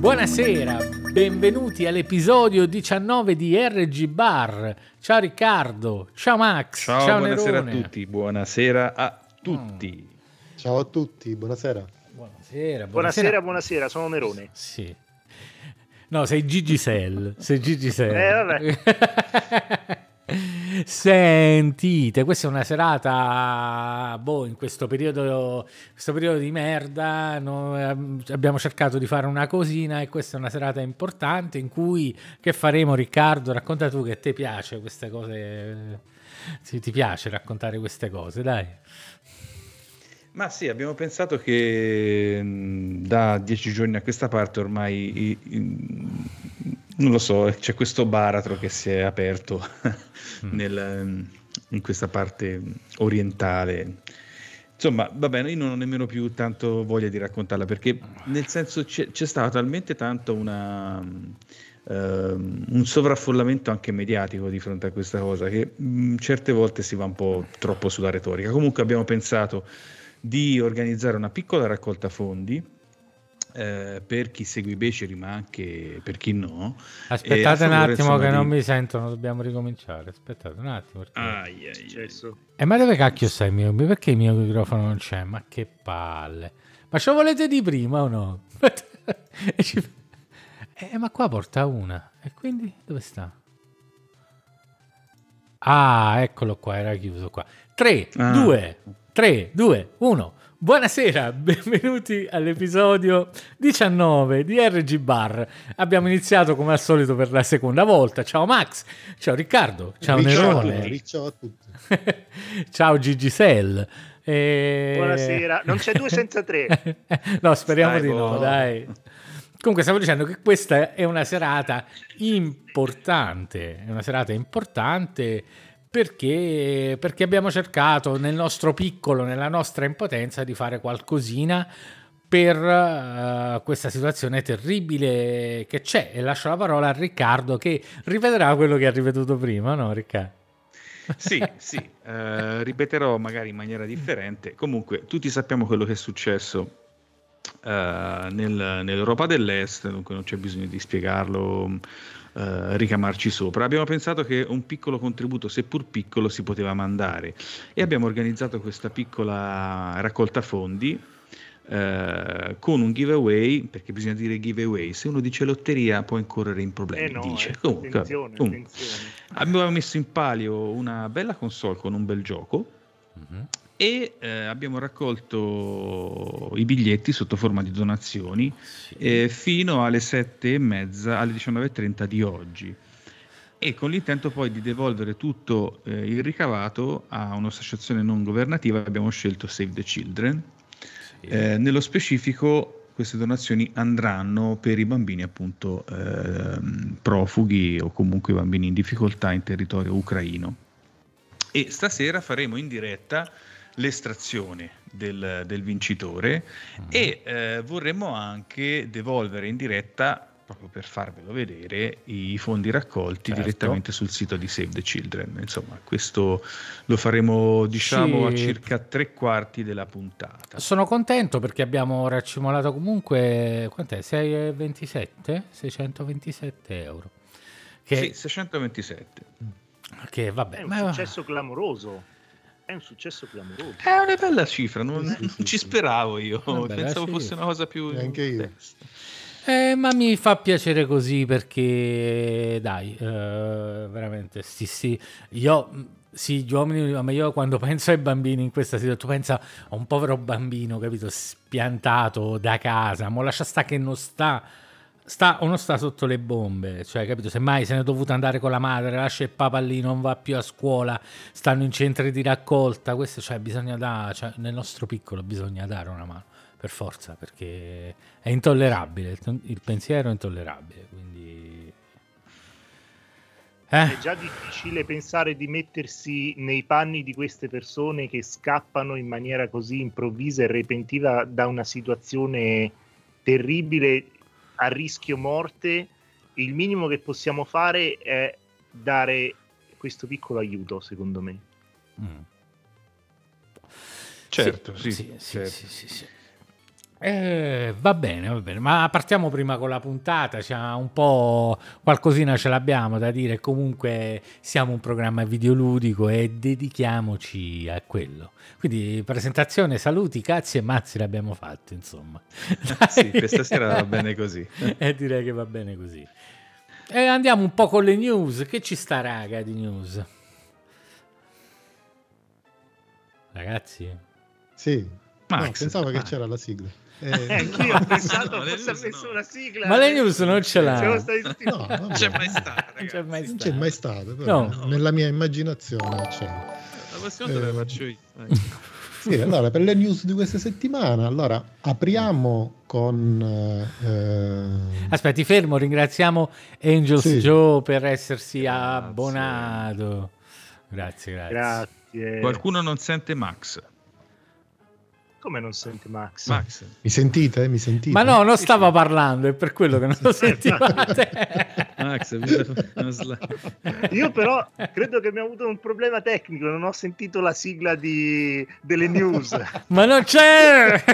Buonasera, benvenuti all'episodio 19 di RG Bar. Ciao Riccardo, ciao Max, ciao buonasera Nerone. a tutti, buonasera a tutti. Ciao a tutti, buonasera. Buonasera, sono Nerone. Sì. No, sei Gigi Sell, vabbè. Sentite, questa è una serata, in questo periodo di merda, noi abbiamo cercato di fare una cosina e questa è una serata importante in cui, che faremo Riccardo? Racconta tu, che ti piace queste cose, ti piace raccontare queste cose, dai. Ma sì, abbiamo pensato che da 10 giorni a questa parte ormai, non lo so, c'è questo baratro che si è aperto in questa parte orientale. Insomma, va bene, io non ho nemmeno più tanto voglia di raccontarla, perché nel senso c'è stato talmente tanto un sovraffollamento anche mediatico di fronte a questa cosa che certe volte si va un po' troppo sulla retorica. Comunque abbiamo pensato di organizzare una piccola raccolta fondi per chi segue i beceri, ma anche per chi no. Aspettate un attimo, che non mi sentono, dobbiamo ricominciare. Aspettate un attimo. Ma dove cacchio sei il mio? Perché il mio microfono non c'è? Ma che palle. Ma ce lo volete di prima o no? Ma qua porta una. E quindi dove sta? Ah, eccolo qua, era chiuso qua. 3, 2, 1. Buonasera, benvenuti all'episodio 19 di RG Bar. Abbiamo iniziato come al solito per la seconda volta. Ciao Max, ciao Riccardo, ciao Nerone. Ciao a tutti. Ciao Gigi Sell. Buonasera, non c'è 2 senza 3. No, speriamo di no, dai. Comunque stavo dicendo che questa è una serata importante, perché abbiamo cercato nel nostro piccolo, nella nostra impotenza, di fare qualcosina per questa situazione terribile che c'è. E lascio la parola a Riccardo, che ripeterà quello che ha ripetuto prima, no Riccardo? Sì, ripeterò magari in maniera differente. Comunque tutti sappiamo quello che è successo nell'Europa dell'Est, dunque non c'è bisogno di spiegarlo, ricamarci sopra. Abbiamo pensato che un piccolo contributo, seppur piccolo, si poteva mandare e abbiamo organizzato questa piccola raccolta fondi con un giveaway, perché bisogna dire giveaway, se uno dice lotteria può incorrere in problemi. Comunque, attenzione. Abbiamo messo in palio una bella console con un bel gioco. E abbiamo raccolto i biglietti sotto forma di donazioni fino alle 7:30, alle 19:30 di oggi, e con l'intento poi di devolvere tutto il ricavato a un'associazione non governativa. Abbiamo scelto Save the Children. Nello specifico queste donazioni andranno per i bambini appunto profughi o comunque bambini in difficoltà in territorio ucraino, e stasera faremo in diretta l'estrazione del vincitore e vorremmo anche devolvere in diretta, proprio per farvelo vedere, i fondi raccolti direttamente sul sito di Save the Children. Insomma, questo lo faremo a circa 3/4 della puntata. Sono contento perché abbiamo raccimolato comunque, quant'è? 627 euro. Sì, 627. Che vabbè, è un successo clamoroso. È una bella cifra, non ci speravo io, pensavo fosse una cosa più... Anche io. Ma mi fa piacere così, perché dai, veramente sì, gli uomini, ma io quando penso ai bambini in questa situazione, tu pensa a un povero bambino, capito, spiantato da casa, mo lascia sta che non sta o non sta sotto le bombe, cioè, capito, semmai se ne è dovuto andare con la madre, lascia il papà lì, non va più a scuola, stanno in centri di raccolta, questo, cioè, bisogna dare, cioè, nel nostro piccolo bisogna dare una mano, per forza, perché è intollerabile, il pensiero è intollerabile, quindi... È già difficile pensare di mettersi nei panni di queste persone che scappano in maniera così improvvisa e repentina da una situazione terribile, a rischio morte. Il minimo che possiamo fare è dare questo piccolo aiuto, secondo me. Certo, sì. Sì. Va bene, ma partiamo prima con la puntata, c'è un po' qualcosina ce l'abbiamo da dire, comunque siamo un programma videoludico e dedichiamoci a quello. Quindi presentazione, saluti, cazzi e mazzi l'abbiamo fatto, insomma. Sì, questa sera va bene così. Direi che va bene così. E andiamo un po' con le news, che ci sta raga di news? Ragazzi? Sì, Max, pensavo che c'era la sigla. Anch'io ho pensato no, fosse messo una sigla. Ma le news non ce l'ha. Siamo stati tutti... No, vabbè, non c'è mai stata, Non c'è mai non stato. c'è mai stato, però No. nella mia immaginazione c'è. La prossima volta la faccio io. Sì, allora per le news di questa settimana, allora apriamo con Aspetta, ti fermo, ringraziamo Angels Sì. Joe per essersi Grazie. abbonato. Grazie. Grazie. Qualcuno non sente Max. Come non senti Max? Max. Mi sentite? Mi sentite? Ma no, non stava parlando, è per quello che non lo sentivate. Max, Io però credo che abbiamo avuto un problema tecnico, non ho sentito la sigla delle news. Ma non c'è!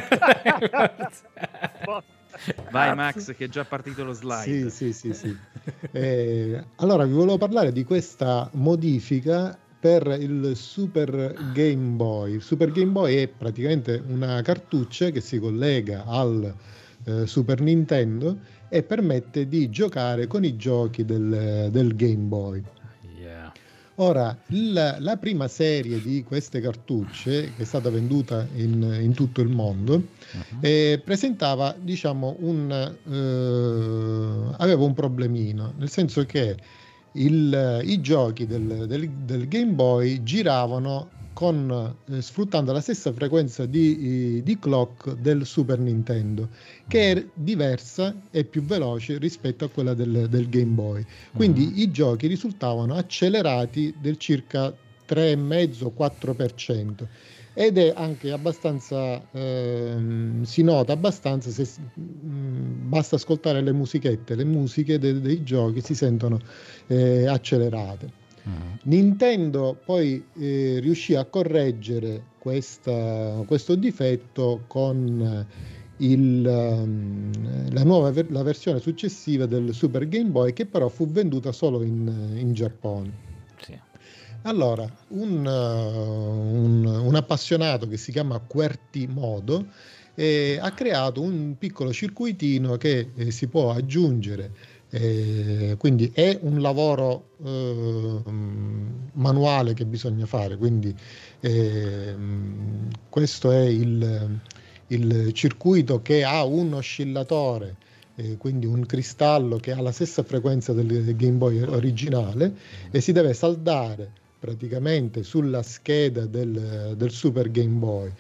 Vai Max, che è già partito lo slide. Sì. Allora vi volevo parlare di questa modifica per il Super Game Boy. Il Super Game Boy è praticamente una cartuccia che si collega al Super Nintendo e permette di giocare con i giochi del Game Boy. Yeah. Ora, la prima serie di queste cartucce, che è stata venduta in tutto il mondo, presentava, diciamo, aveva un problemino, nel senso che i giochi del Game Boy giravano sfruttando la stessa frequenza di clock del Super Nintendo, che è diversa e più veloce rispetto a quella del Game Boy. Quindi i giochi risultavano accelerati del circa 3,5-4%. Ed è anche abbastanza, si nota abbastanza se basta ascoltare le musichette, le musiche dei giochi si sentono accelerate. Nintendo poi riuscì a correggere questo difetto con la versione successiva del Super Game Boy, che però fu venduta solo in Giappone. Sì. Allora, un appassionato che si chiama QWERTY-Modo ha creato un piccolo circuitino che si può aggiungere, quindi è un lavoro manuale che bisogna fare, quindi questo è il circuito che ha un oscillatore, quindi un cristallo che ha la stessa frequenza del Game Boy originale, e si deve saldare praticamente sulla scheda del Super Game Boy.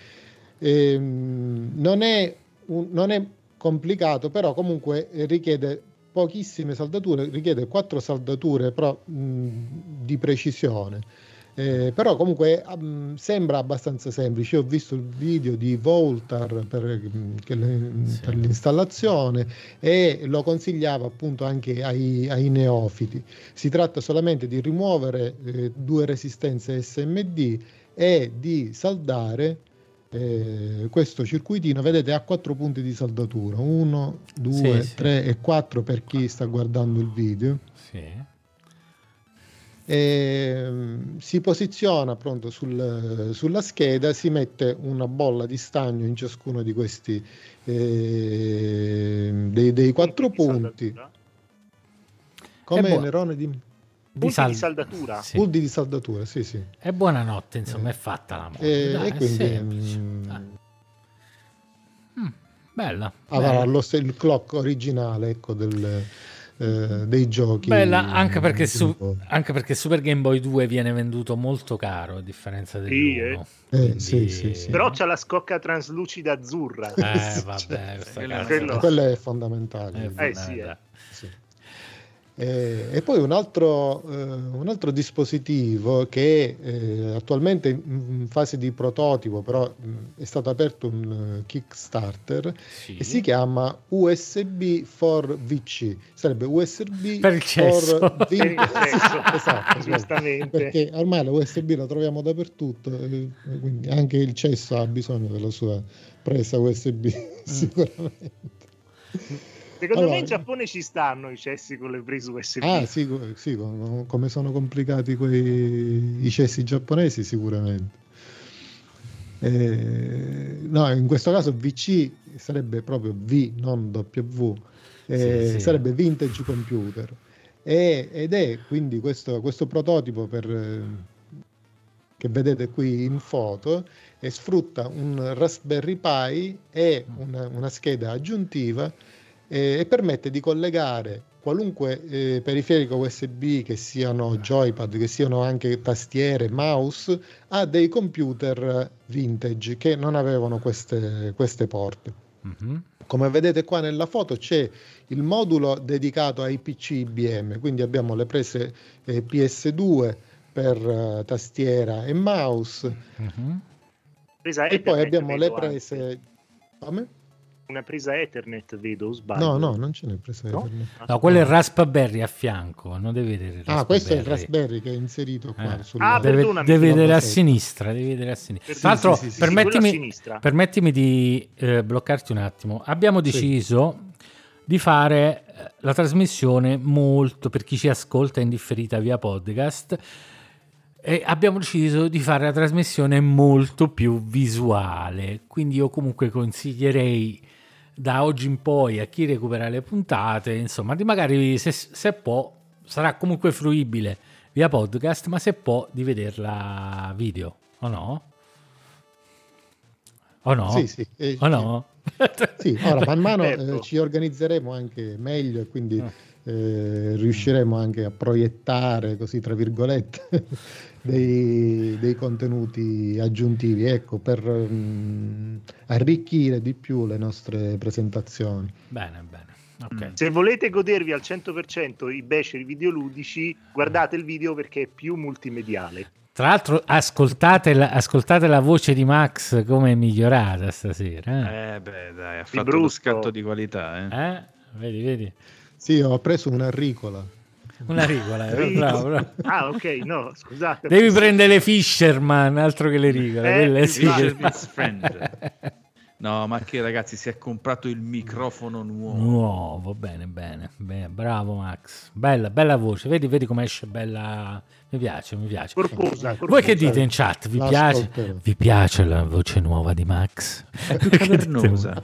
Non è complicato, però comunque richiede pochissime saldature, richiede 4 saldature però di precisione. Però comunque sembra abbastanza semplice. Io ho visto il video di Voltar per l'installazione e lo consigliava appunto anche ai neofiti. Si tratta solamente di rimuovere 2 resistenze SMD e di saldare questo circuitino. Vedete, ha 4 punti di saldatura, 1, 2, 3 e 4 per chi sta guardando il video. Sì. Si posiziona pronto sulla scheda, si mette una bolla di stagno in ciascuno di questi dei 4 punti. Come Nerone di saldatura? Sì. Punti di saldatura, sì. E buonanotte, insomma, è fatta la moda. E quindi bella. avrà il clock originale, ecco, dei giochi. Bella, anche perché Super Game Boy 2 viene venduto molto caro a differenza dell'1. Sì. Però c'ha la scocca traslucida azzurra. Vabbè, quello è fondamentale. Sì. E poi un altro dispositivo che è attualmente in fase di prototipo, però è stato aperto un Kickstarter e si chiama USB for VC, sarebbe USB per il cesso. for Per il cesso. Esatto, Giustamente. perché ormai la USB la troviamo dappertutto, quindi anche il cesso ha bisogno della sua presa USB sicuramente. Secondo me in Giappone ci stanno i cessi con le prese USB. Ah, sì, come sono complicati i cessi giapponesi, sicuramente. No, in questo caso VC sarebbe proprio V, non W, Sì. sarebbe Vintage Computer. Ed è quindi questo prototipo che vedete qui in foto e sfrutta un Raspberry Pi e una scheda aggiuntiva e permette di collegare qualunque periferico USB, che siano joypad, che siano anche tastiere, mouse, a dei computer vintage che non avevano queste porte. Come vedete qua nella foto c'è il modulo dedicato ai PC IBM, quindi abbiamo le prese PS2 per tastiera e mouse, e poi abbiamo le prese... Come? Una presa Ethernet, vedo, o sbaglio? No, non ce n'è presa Ethernet. No, quello è il Raspberry a fianco, non devi vedere il Raspberry. Questo è il Raspberry che è inserito qua. Devi vedere a sinistra, Tra l'altro, permettimi di bloccarti un attimo. Abbiamo deciso di fare la trasmissione molto, per chi ci ascolta in differita via podcast, e abbiamo deciso di fare la trasmissione molto più visuale, quindi io comunque consiglierei da oggi in poi a chi recupera le puntate, insomma, di magari se può, sarà comunque fruibile via podcast, ma se può di vederla video, o no? O no? Sì. O no? Sì, ora man mano ci organizzeremo anche meglio, e quindi riusciremo anche a proiettare, così tra virgolette, dei contenuti aggiuntivi, ecco, per arricchire di più le nostre presentazioni. Bene. Okay. Se volete godervi al 100% i beceri videoludici, guardate il video perché è più multimediale. Tra l'altro ascoltate la voce di Max come è migliorata stasera. Dai, ha fatto lo scatto di qualità. Vedi? Sì, ho preso una ricola. Una ricola, bravo. Ah, ok, no, scusate. Devi prendere le Fisherman, altro che le rigole. Quelle Fisherman's Friend. No, ma che ragazzi, si è comprato il microfono nuovo. Bene, bravo Max. Bella voce, vedi come esce bella. Mi piace. Corposa. Voi che dite in chat? Vi piace la voce nuova di Max? È più cavernosa.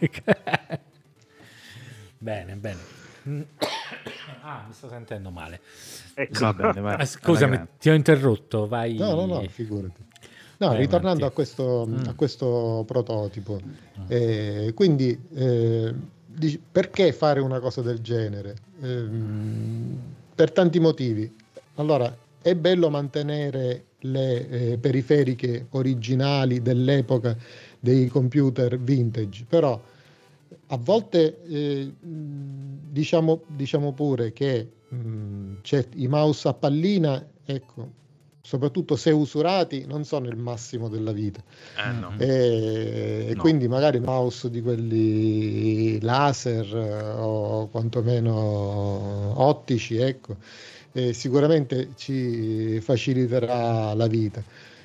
Bene. Mi sto sentendo male. Ecco. Va bene, scusami, ti ho interrotto, vai. No, figurati. No, ritornando a questo prototipo, quindi perché fare una cosa del genere? Per tanti motivi. Allora, è bello mantenere le periferiche originali dell'epoca dei computer vintage, però a volte diciamo pure che c'è i mouse a pallina, ecco, soprattutto se usurati, non sono il massimo della vita. No. E quindi magari mouse di quelli laser o quantomeno ottici, ecco, sicuramente ci faciliterà la vita.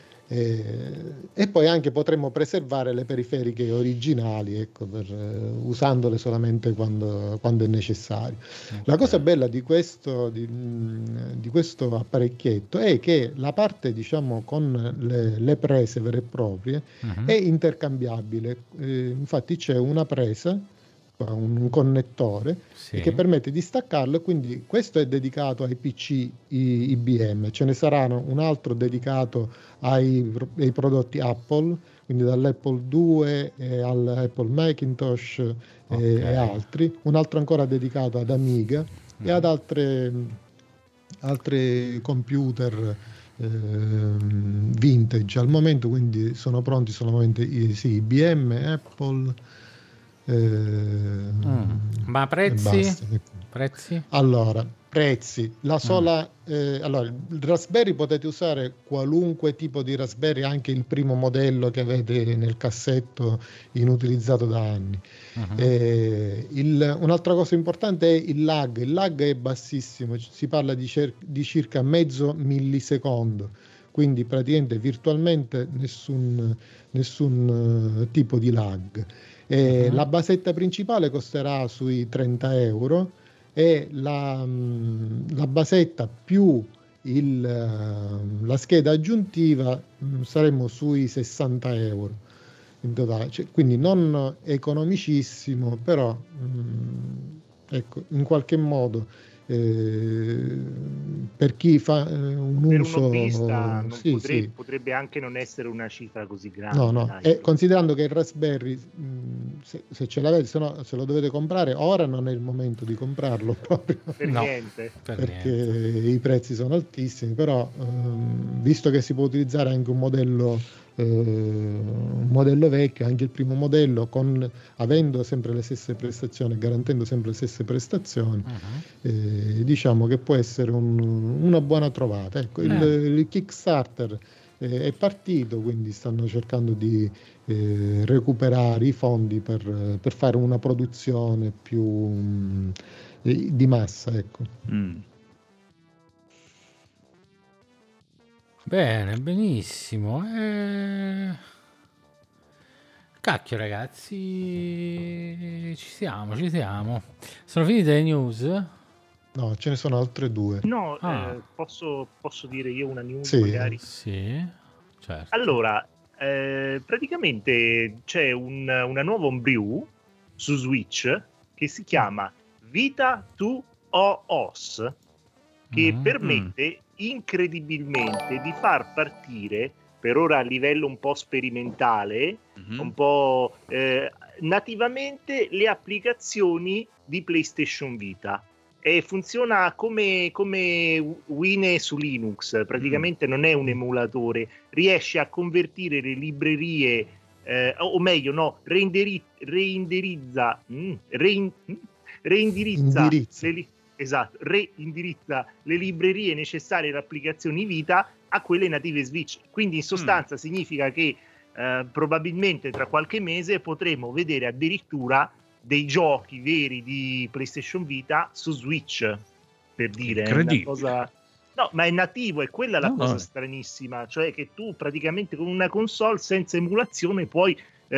E poi anche potremmo preservare le periferiche originali, ecco, usandole solamente quando è necessario. Okay. La cosa bella di questo apparecchietto è che la parte, diciamo, con le prese vere e proprie è intercambiabile. Infatti c'è una presa, un connettore che permette di staccarlo, e quindi questo è dedicato ai PC IBM, ce ne saranno un altro dedicato ai prodotti Apple, quindi dall'Apple 2 all'Apple Macintosh e altri, un altro ancora dedicato ad Amiga e ad altri computer vintage al momento, quindi sono pronti solamente IBM, Apple. Ma prezzi? Allora, prezzi, la sola allora il Raspberry potete usare qualunque tipo di Raspberry, anche il primo modello che avete nel cassetto inutilizzato da anni. Un'altra cosa importante è il lag è bassissimo, si parla di circa mezzo millisecondo, quindi praticamente virtualmente nessun tipo di lag. La basetta principale costerà sui 30 euro e la basetta più la scheda aggiuntiva saremmo sui 60 euro in totale, quindi non economicissimo, però ecco, in qualche modo per chi fa un Per uso, un hobbista sì. potrebbe anche non essere una cifra così grande. No. E considerando che il Raspberry, se ce l'avete, se no se lo dovete comprare, ora non è il momento di comprarlo proprio. Niente. Perché i prezzi sono altissimi, però visto che si può utilizzare anche un modello vecchio, anche il primo modello, avendo sempre le stesse prestazioni, garantendo sempre le stesse prestazioni, diciamo che può essere una buona trovata. Ecco, il Kickstarter è partito, quindi stanno cercando di recuperare i fondi per fare una produzione più di massa, ecco. Bene, benissimo. Cacchio ragazzi, ci siamo. Sono finite le news? No, ce ne sono altre due. No, posso dire io una news, sì, magari? Sì, certo. Allora, praticamente c'è una nuova homebrew su Switch che si chiama Vita 2 OS, che permette incredibilmente di far partire, per ora a livello un po' sperimentale, un po' nativamente, le applicazioni di PlayStation Vita. E funziona come Wine su Linux, praticamente non è un emulatore, riesce a convertire le librerie, o meglio no, reindirizza le librerie necessarie alle applicazioni Vita a quelle native Switch. Quindi in sostanza significa che probabilmente tra qualche mese potremo vedere addirittura dei giochi veri di PlayStation Vita su Switch, per dire. È una cosa... No, ma è nativo, è quella la cosa stranissima, cioè che tu praticamente con una console senza emulazione puoi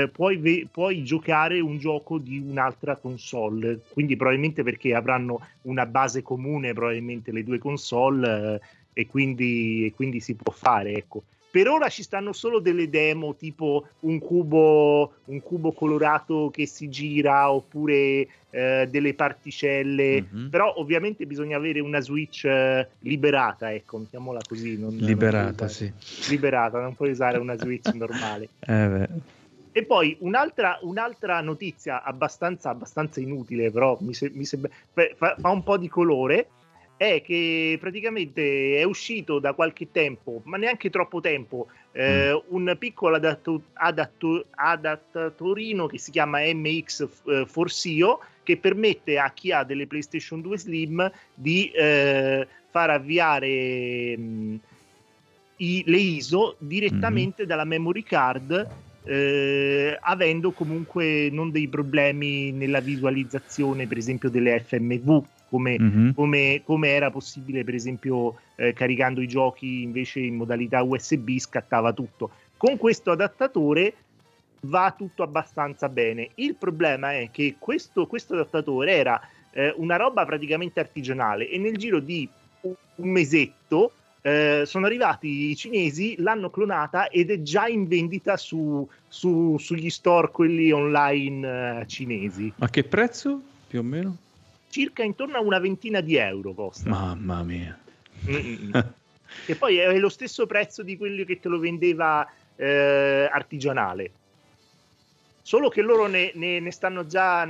giocare un gioco di un'altra console, quindi probabilmente perché avranno una base comune probabilmente le due console, e quindi si può fare, ecco. Per ora ci stanno solo delle demo, tipo un cubo colorato che si gira, oppure delle particelle, però ovviamente bisogna avere una Switch liberata, ecco, mettiamola così. Liberata, non puoi usare una Switch normale. E poi un'altra notizia abbastanza inutile, però mi sembra fa un po' di colore, è che praticamente è uscito da qualche tempo, ma neanche troppo tempo, un piccolo adattatorino che si chiama MX Forsio, che permette a chi ha delle PlayStation 2 Slim di far avviare le ISO direttamente dalla memory card, avendo comunque non dei problemi nella visualizzazione, per esempio delle FMV, come era possibile per esempio caricando i giochi invece in modalità USB, scattava tutto. Con questo adattatore va tutto abbastanza bene. Il problema è che questo adattatore era una roba praticamente artigianale, e nel giro di un mesetto sono arrivati i cinesi, l'hanno clonata ed è già in vendita sugli store, quelli online cinesi. A che prezzo più o meno? Circa intorno a una ventina di euro costa. Mamma mia. Che poi è lo stesso prezzo di quello che te lo vendeva artigianale, solo che loro ne stanno già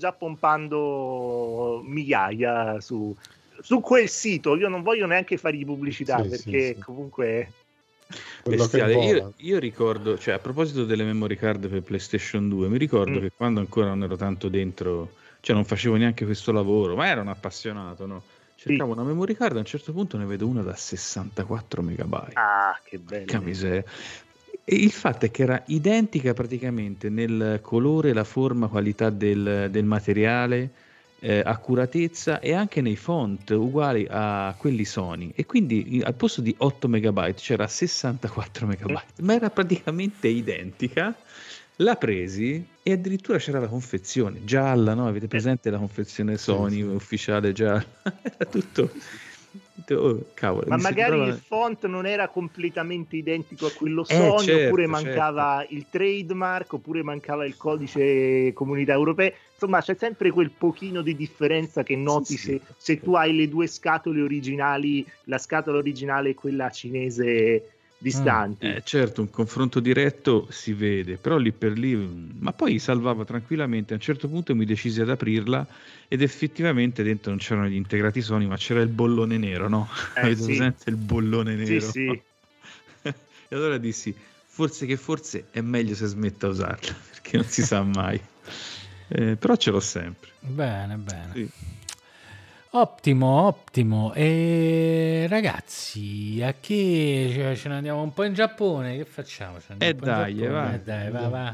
pompando migliaia su quel sito. Io non voglio neanche fargli pubblicità, perché comunque bestiale. Io ricordo, cioè, a proposito delle memory card per PlayStation 2, mi ricordo che quando ancora non ero tanto dentro, cioè non facevo neanche questo lavoro, ma ero un appassionato, no? cercavo una memory card, a un certo punto ne vedo una da 64 megabyte. Ah, che bello. Porca miseria. E il fatto è che era identica praticamente nel colore, la forma, qualità del materiale, accuratezza, e anche nei font uguali a quelli Sony, e quindi al posto di 8 megabyte c'era 64 megabyte, ma era praticamente identica. La presi e addirittura c'era la confezione gialla, no? Avete presente la confezione Sony sì. ufficiale gialla? Era tutto... Oh, cavolo, Ma mi magari sembrava... il font non era completamente identico a quello Sony, certo, oppure mancava il trademark, oppure mancava il codice comunità europea. Insomma, c'è sempre quel pochino di differenza che noti se tu hai le due scatole originali, la scatola originale e quella cinese distanti. Certo, un confronto diretto si vede, però lì per lì, ma poi salvava tranquillamente. A un certo punto mi decisi ad aprirla ed effettivamente dentro non c'erano gli integrati Sony, ma c'era il bollone nero, no? Avete presente il bollone nero? Sì. E allora dissi, forse è meglio se smetta a usarla, perché non si sa mai. Però ce l'ho sempre. Bene. Sì. Ottimo. E ragazzi, a che ce ne andiamo un po' in Giappone? Che facciamo? Ce ne andiamo un po' in Dai, Giappone? vai. Dai, va.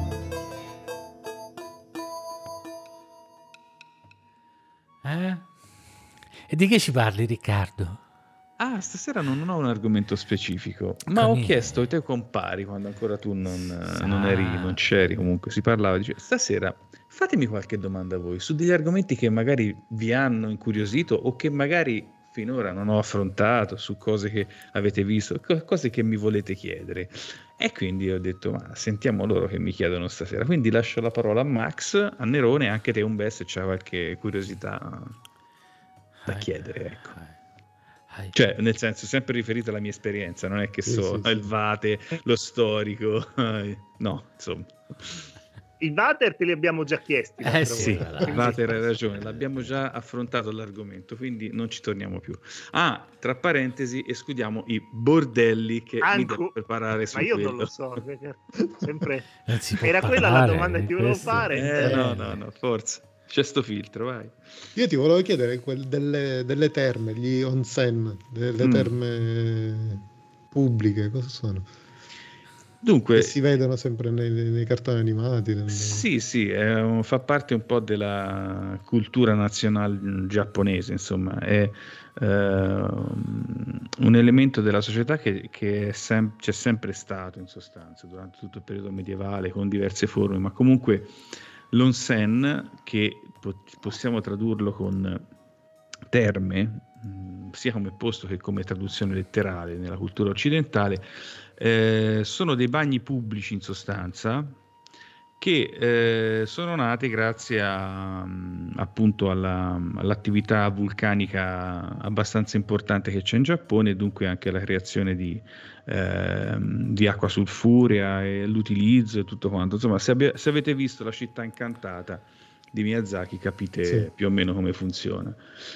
E di che ci parli, Riccardo? Ah, stasera non ho un argomento specifico, ma ho chiesto ai tuoi compari, quando ancora tu non c'eri, comunque si parlava, dice, stasera fatemi qualche domanda a voi su degli argomenti che magari vi hanno incuriosito o che magari finora non ho affrontato, su cose che avete visto, cose che mi volete chiedere. E quindi ho detto, ma sentiamo loro che mi chiedono stasera. Quindi lascio la parola a Max, a Nerone, anche te Umbe, se c'è qualche curiosità da chiedere, ecco. Cioè, nel senso, sempre riferito alla mia esperienza, non è che il Vate, lo storico, no, insomma. Il Vater te li abbiamo già chiesti. Sì, il Vater hai ragione, l'abbiamo già affrontato l'argomento, quindi non ci torniamo più. Ah, tra parentesi, escludiamo i bordelli che mi devo preparare su quello. Ma io non lo so, sempre... Era quella la domanda che ti volevo fare. No, forza. C'è sto filtro, vai. Io ti volevo chiedere delle terme, gli onsen, delle terme pubbliche, cosa sono? Dunque, che si vedono sempre nei cartoni animati. Sì, fa parte un po' della cultura nazionale giapponese, insomma, è un elemento della società che c'è sempre stato in sostanza durante tutto il periodo medievale con diverse forme, ma comunque l'onsen, che possiamo tradurlo con terme, sia come posto che come traduzione letterale nella cultura occidentale, sono dei bagni pubblici in sostanza che sono nati grazie appunto all'attività vulcanica abbastanza importante che c'è in Giappone, e dunque anche alla creazione di acqua sulfurea e l'utilizzo e tutto quanto. Insomma, se avete visto La città incantata di Miyazaki capite più o meno come funziona.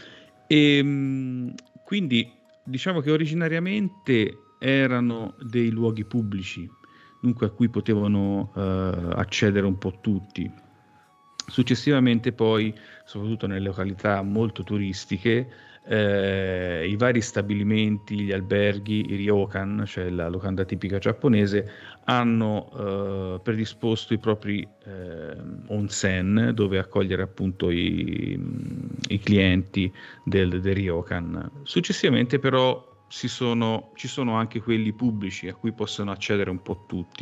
E quindi diciamo che originariamente erano dei luoghi pubblici, dunque a cui potevano accedere un po' tutti. Successivamente poi, soprattutto nelle località molto turistiche, i vari stabilimenti, gli alberghi, i ryokan, cioè la locanda tipica giapponese, hanno predisposto i propri onsen dove accogliere appunto i clienti del ryokan. Successivamente però ci sono anche quelli pubblici a cui possono accedere un po' tutti.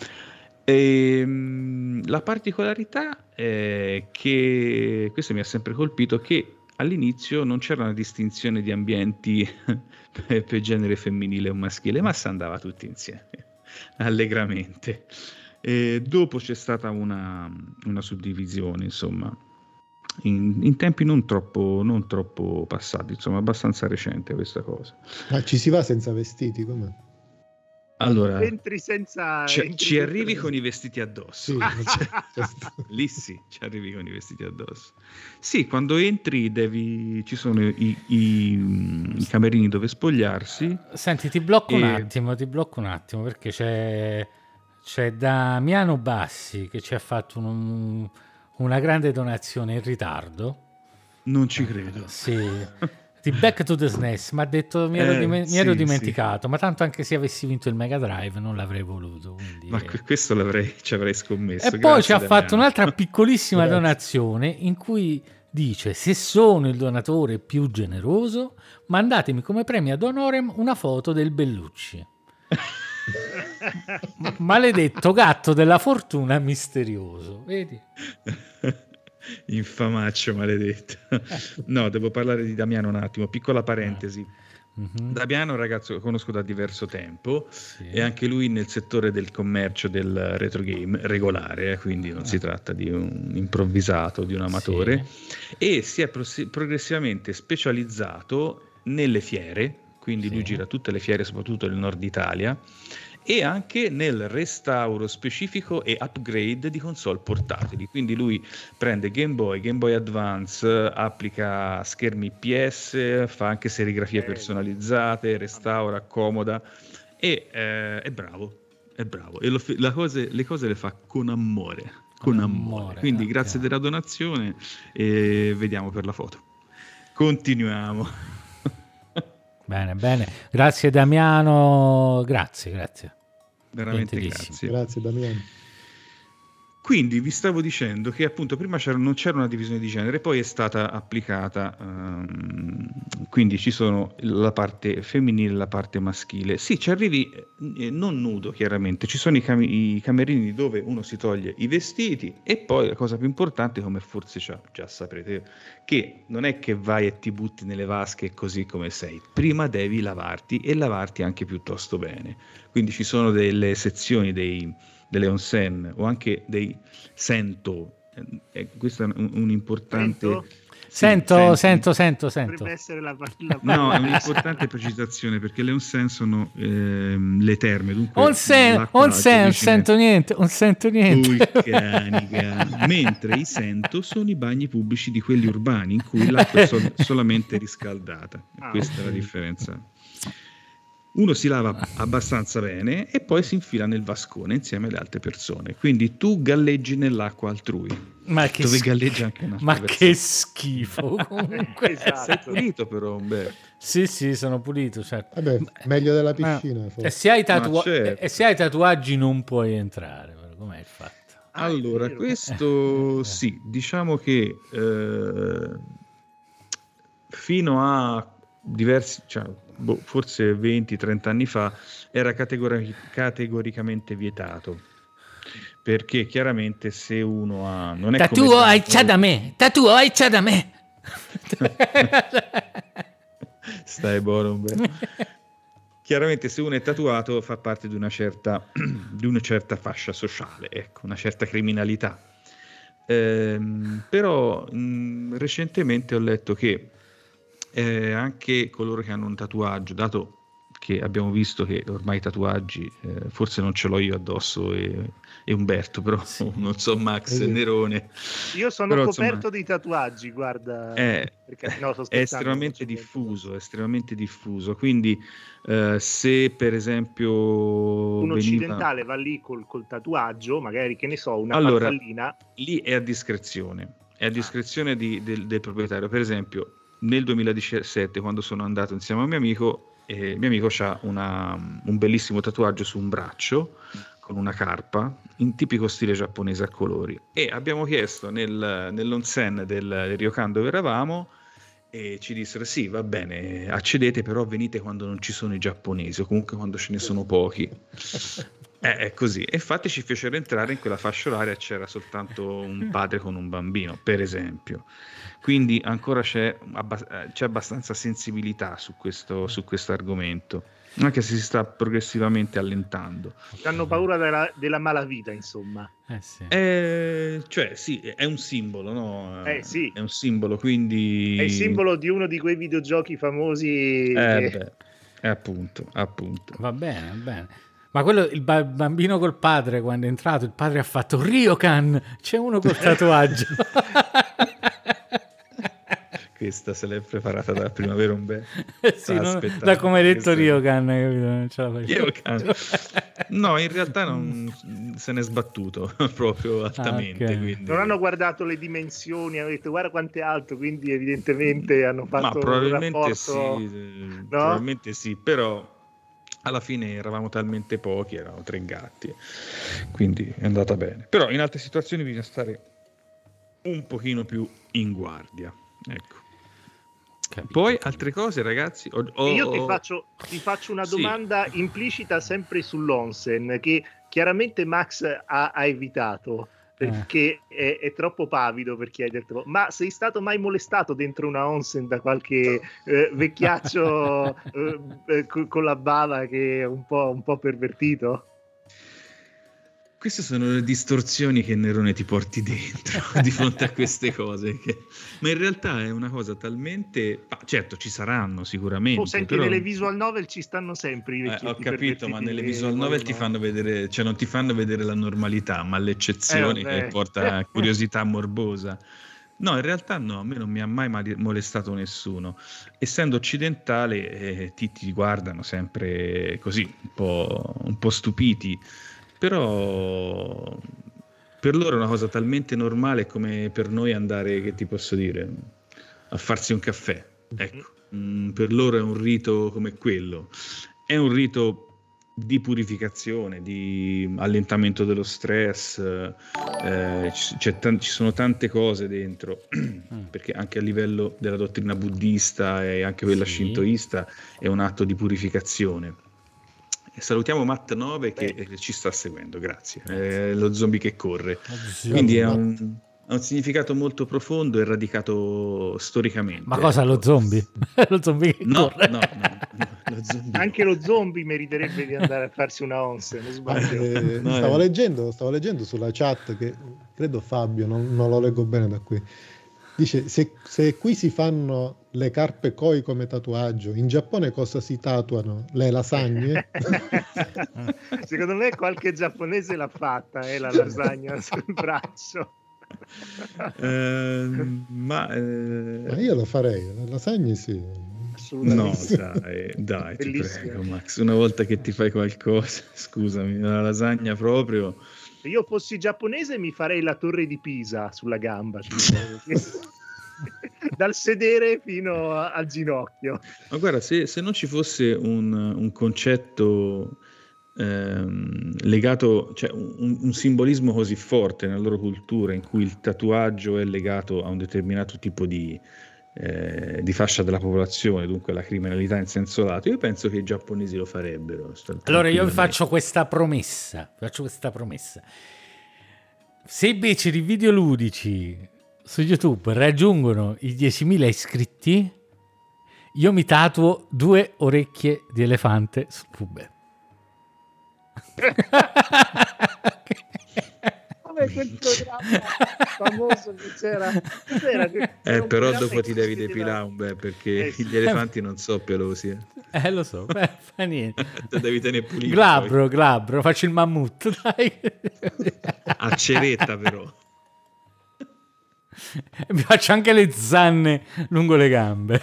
La particolarità è che, questo mi ha sempre colpito, che all'inizio non c'era una distinzione di ambienti per genere femminile o maschile, ma si andava tutti insieme allegramente. Dopo c'è stata una suddivisione, insomma, in tempi non troppo passati, insomma, abbastanza recente questa cosa. Ma ci si va senza vestiti, com'è? Allora, entri senza ci arrivi con i vestiti addosso. Sì, lì sì, ci arrivi con i vestiti addosso. Sì, quando entri ci sono i camerini dove spogliarsi. Senti, ti blocco un attimo perché c'è Damiano Bassi che ci ha fatto una grande donazione in ritardo. Non ci credo. Sì. Di Back to the SNES, mi ha detto mi ero dimenticato, sì. ma tanto anche se avessi vinto il Mega Drive non l'avrei voluto. Quindi, Ma questo ci avrei scommesso. E poi ci ha Grazie, fatto Damiano. un'altra piccolissima Grazie. donazione in cui dice: se sono il donatore più generoso, mandatemi come premio ad honorem una foto del Bellucci. Maledetto gatto della fortuna misterioso, vedi? Infamaccio maledetto. No, devo parlare di Damiano un attimo, piccola parentesi. Damiano è un ragazzo che conosco da diverso tempo, Sì. e anche lui nel settore del commercio del retro game regolare, quindi non si tratta di un improvvisato, di un amatore, e si è progressivamente specializzato nelle fiere, quindi Sì. lui gira tutte le fiere, soprattutto nel nord Italia, e anche nel restauro specifico e upgrade di console portatili. Quindi lui prende Game Boy Advance, applica schermi IPS, fa anche serigrafie personalizzate, restaura, accomoda, e è bravo. E le cose le fa con amore. Con amore. Quindi ok. grazie della donazione, e vediamo per la foto. Continuiamo. Bene, grazie Damiano, grazie. Veramente Gentilissimo. grazie. Grazie Damiano. Quindi vi stavo dicendo che appunto prima non c'era una divisione di genere, poi è stata applicata, quindi ci sono la parte femminile e la parte maschile. Sì, ci arrivi non nudo chiaramente, ci sono i camerini dove uno si toglie i vestiti, e poi la cosa più importante, come forse già saprete, che non è che vai e ti butti nelle vasche così come sei, prima devi lavarti, e lavarti anche piuttosto bene. Quindi ci sono delle sezioni delle onsen o anche dei sento, questo è un importante Sento. Dovrebbe essere la no, è un'importante precisazione, perché le onsen sono le terme, dunque Non sento niente. vulcanica, mentre i sento sono i bagni pubblici di quelli urbani in cui l'acqua è solamente riscaldata. Questa è la differenza. Uno si lava abbastanza bene e poi si infila nel vascone insieme alle altre persone. Quindi tu galleggi nell'acqua altrui, dove galleggia anche un'altra ma persona. che schifo comunque. Esatto. Sei pulito però, Umberto. Sì, sono pulito, certo. Vabbè, meglio della piscina. E forse. se hai certo. e se hai tatuaggi non puoi entrare, com'è il fatto? Allora, è vero. questo sì, diciamo che fino a diversi, forse 20-30 anni fa, era categoricamente vietato, perché chiaramente se uno ha... non è Tatuo come hai c'ha da me. Stai buono, Umberto. Chiaramente se uno è tatuato fa parte di una certa fascia sociale, ecco, una certa criminalità. Però recentemente ho letto che anche coloro che hanno un tatuaggio, dato che abbiamo visto che ormai i tatuaggi, forse non ce l'ho io addosso e Umberto, però non so Max Nerone. Io sono però, coperto insomma, di tatuaggi, guarda. No, sto scherzando, è estremamente diffuso, quindi se per esempio un occidentale va lì col tatuaggio, magari, che ne so, una allora, farfallina, lì è a discrezione del proprietario. Per esempio nel 2017, quando sono andato insieme a mio amico c'ha un bellissimo tatuaggio su un braccio con una carpa in tipico stile giapponese a colori, e abbiamo chiesto nell'onsen del ryokan dove eravamo, e ci dissero sì, va bene, accedete, però venite quando non ci sono i giapponesi, o comunque quando ce ne sono pochi. È così. E infatti ci fecero entrare in quella fascia oraria, c'era soltanto un padre con un bambino, per esempio. Quindi ancora c'è abbastanza sensibilità su questo argomento, anche se si sta progressivamente allentando. hanno paura della malavita, insomma. Sì. Cioè sì, è un simbolo, no? Sì. È un simbolo, quindi È il simbolo di uno di quei videogiochi famosi. appunto. Va bene. Ma quello, il bambino col padre, quando è entrato, il padre ha fatto Ryokan, c'è uno col tatuaggio. Questa se l'è preparata dalla primavera, Sì, da come hai detto Ryokan, capito? Non ce la No, in realtà se n'è sbattuto proprio altamente. ok. Quindi... Non hanno guardato le dimensioni, hanno detto guarda quanto è alto, quindi evidentemente hanno Ma fatto un probabilmente rapporto... sì, No? probabilmente sì, però alla fine eravamo talmente pochi, eravamo 3 gatti, quindi è andata bene. Però in altre situazioni bisogna stare un pochino più in guardia, ecco. Capito. Poi altre cose, ragazzi? Io ti faccio una Sì. domanda implicita sempre sull'onsen, che chiaramente Max ha evitato, perché è troppo pavido per chiedertelo. Ma sei stato mai molestato dentro una onsen da qualche vecchiaccio con la bava che è un po' pervertito? Queste sono le distorsioni che Nerone ti porti dentro di fronte a queste cose. Ma in realtà è una cosa talmente... certo, ci saranno sicuramente. Senti, però... nelle visual novel ci stanno sempre i vecchietti ho capito, ma nelle pervertiti visual che novel ti vogliono- fanno vedere, cioè non ti fanno vedere la normalità, ma l'eccezione vabbè. che porta curiosità morbosa. No, in realtà no, a me non mi ha mai molestato nessuno. Essendo occidentale, ti guardano sempre così, un po' stupiti. Però per loro è una cosa talmente normale come per noi andare, che ti posso dire, a farsi un caffè. Ecco, per loro è un rito come quello. È un rito di purificazione, di allentamento dello stress, ci sono tante cose dentro, perché anche a livello della dottrina buddista e anche quella shintoista è un atto di purificazione. Salutiamo Matt 9 che ci sta seguendo, grazie. Lo zombie che corre. Quindi ha un significato molto profondo e radicato storicamente. Ma cosa, lo zombie? Lo zombie che corre? No, lo zombie. Anche lo zombie meriterebbe di andare a farsi una onsen, non sbaglio. Stavo leggendo sulla chat che credo Fabio, non lo leggo bene da qui. Dice, se qui si fanno le carpe koi come tatuaggio, in Giappone cosa si tatuano? Le lasagne? Secondo me qualche giapponese l'ha fatta, la lasagna sul braccio. Ma io lo farei, le lasagne sì. No, dai, ti prego, Max, una volta che ti fai qualcosa, scusami, la lasagna proprio... Se io fossi giapponese mi farei la torre di Pisa sulla gamba, dal sedere fino al ginocchio. Ma guarda, se non ci fosse un concetto legato, cioè un simbolismo così forte nella loro cultura, in cui il tatuaggio è legato a un determinato tipo di fascia della popolazione, dunque la criminalità in senso lato, io penso che i giapponesi lo farebbero. Allora io vi faccio questa promessa, se invece i videoludici su YouTube raggiungono i 10.000 iscritti, io mi tatuo 2 orecchie di elefante sul pube. Quel programma famoso che c'era però dopo ti devi depilare un bel, perché gli elefanti non sono pelosi. Lo so, fa niente. Te devi tenere pulito. Glabro, faccio il mammut, dai. A ceretta però. Mi faccio anche le zanne lungo le gambe.